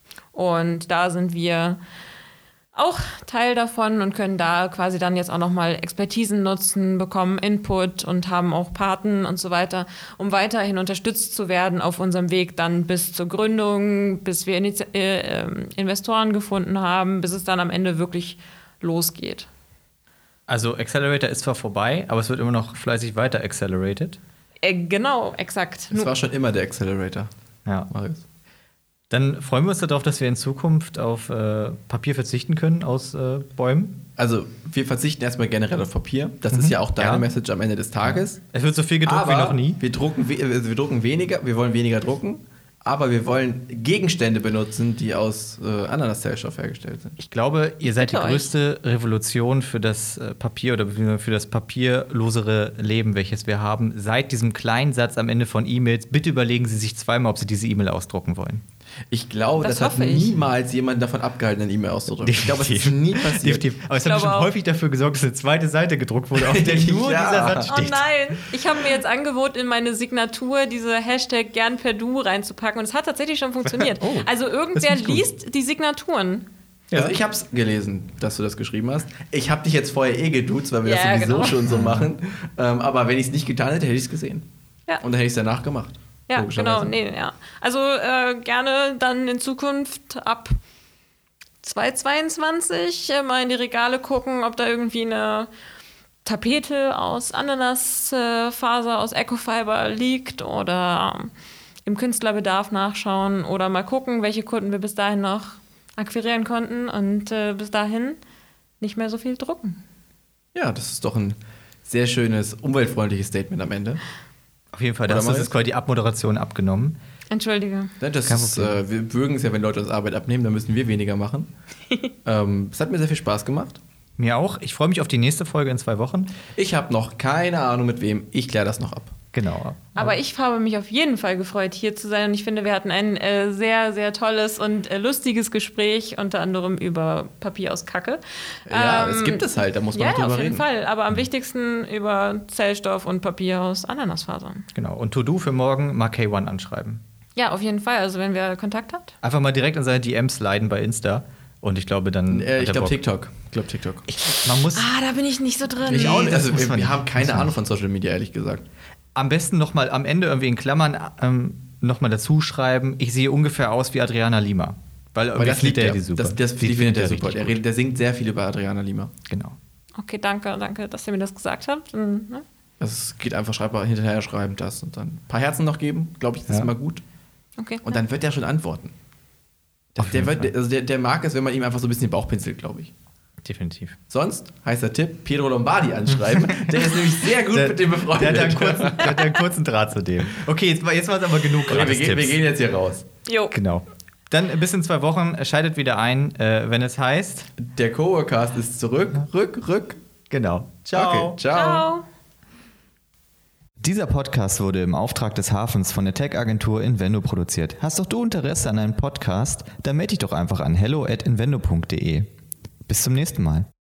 Und da sind wir auch Teil davon und können da quasi dann jetzt auch nochmal Expertisen nutzen, bekommen Input und haben auch Paten und so weiter, um weiterhin unterstützt zu werden auf unserem Weg dann bis zur Gründung, bis wir Initi- äh, Investoren gefunden haben, bis es dann am Ende wirklich losgeht. Also Accelerator ist zwar vorbei, aber es wird immer noch fleißig weiter accelerated. Äh, genau, exakt. Das war schon immer der Accelerator. Ja. Marius. Dann freuen wir uns darauf, dass wir in Zukunft auf äh, Papier verzichten können aus äh, Bäumen. Also wir verzichten erstmal generell auf Papier. Das Mhm. ist ja auch deine Ja. Message am Ende des Tages. Es wird so viel gedruckt Aber wie noch nie. Wir drucken, we- wir drucken weniger, wir wollen weniger drucken, aber wir wollen Gegenstände benutzen, die aus äh, Ananas-Zellstoff hergestellt sind. Ich glaube, ihr seid die Bitte euch. größte Revolution für das äh, Papier oder für das papierlosere Leben, welches wir haben. Seit diesem kleinen Satz am Ende von E-Mails, bitte überlegen Sie sich zweimal, ob Sie diese E-Mail ausdrucken wollen. Ich glaube, Das das, hat hoffe ich. niemals jemanden davon abgehalten, eine E-Mail auszudrücken. Ich glaube, es ist nie passiert. Definitiv. Aber es hat glaube schon auch. häufig dafür gesorgt, dass eine zweite Seite gedruckt wurde, auf der nur Ja. dieser Satz Oh steht. nein, ich habe mir jetzt angeboten, in meine Signatur diese Hashtag gern per Du reinzupacken und es hat tatsächlich schon funktioniert. Oh, also das irgendwer finde ich gut. liest die Signaturen. Also ich habe es gelesen, dass du das geschrieben hast. Ich habe dich jetzt vorher eh geduzt, weil wir Ja, das sowieso genau. schon so machen. Ähm, aber wenn ich es nicht getan hätte, hätte ich es gesehen. Ja. Und dann hätte ich es danach gemacht. Ja, Logischerweise. genau, nee, ja. Also äh, gerne dann in Zukunft ab zweitausendzweiundzwanzig äh, mal in die Regale gucken, ob da irgendwie eine Tapete aus Ananasfaser, äh, aus Ecofiber liegt oder im Künstlerbedarf nachschauen oder mal gucken, welche Kunden wir bis dahin noch akquirieren konnten und äh, bis dahin nicht mehr so viel drucken. Ja, das ist doch ein sehr schönes, umweltfreundliches Statement am Ende. Auf jeden Fall, Oder das mal ist jetzt? quasi die Abmoderation abgenommen. Entschuldige. Ja, das Kein ist, Problem. äh, wir mögen es ja, wenn Leute uns Arbeit abnehmen, dann müssen wir weniger machen. ähm, es hat mir sehr viel Spaß gemacht. Mir auch. Ich freue mich auf die nächste Folge in zwei Wochen. Ich habe noch keine Ahnung mit wem. Ich kläre das noch ab. Genau. Aber ich habe mich auf jeden Fall gefreut, hier zu sein. Und ich finde, wir hatten ein äh, sehr, sehr tolles und äh, lustiges Gespräch, unter anderem über Papier aus Kacke. Ja, ähm, das gibt es halt, da muss man ja, drüber auf jeden reden. Fall. Aber am wichtigsten über Zellstoff und Papier aus Ananasfasern. Genau. Und To-Do für morgen mal K eins anschreiben. Ja, auf jeden Fall. Also wenn wer Kontakt hat. Einfach mal direkt in seine D Ms sliden bei Insta. Und ich glaube dann. Äh, hat ich er glaube Bock. TikTok. Ich glaube TikTok. Man muss Ah, da bin ich nicht so drin. Ich auch nicht. das Also, muss wir, man wir nicht. haben keine Muss man Ahnung von Social Media, ehrlich gesagt. am besten noch mal am Ende irgendwie in Klammern ähm, noch mal dazu schreiben, ich sehe ungefähr aus wie Adriana Lima. Weil irgendwie Weil das findet liebt er er. die super. Das, das, Die die findet er super. richtig Der, gut. redet, der singt sehr viel über Adriana Lima. Genau. Okay, danke, danke, dass ihr mir das gesagt habt. Und, ne? Es geht einfach schreibbar hinterher schreiben das und dann ein paar Herzen noch geben. Glaube ich, das ist Ja. immer gut. Okay. Und dann wird er schon antworten. Das, Auf der, jeden wird, also der, der mag es, wenn man ihm einfach so ein bisschen den Bauch pinselt, glaube ich. Definitiv. Sonst, heißer Tipp, Pietro Lombardi anschreiben. Der ist nämlich sehr gut Der- mit dem befreundet. Der hat, einen kurzen, der hat einen kurzen Draht zu dem. Okay, jetzt, war- jetzt war es aber genug. Okay, wir, gehen, wir Gratis-Tipps. gehen jetzt hier raus. Jo. Genau. Dann bis in zwei Wochen. Schaltet wieder ein, äh, wenn es heißt. Der Coworkast ist zurück. Rück, rück. Genau. Ciao. Okay, ciao. Ciao. Dieser Podcast wurde im Auftrag des Hafens von der Tech-Agentur Invendo produziert. Hast doch du Interesse an einem Podcast? Dann melde dich doch einfach an hello at invendo punkt de. Bis zum nächsten Mal.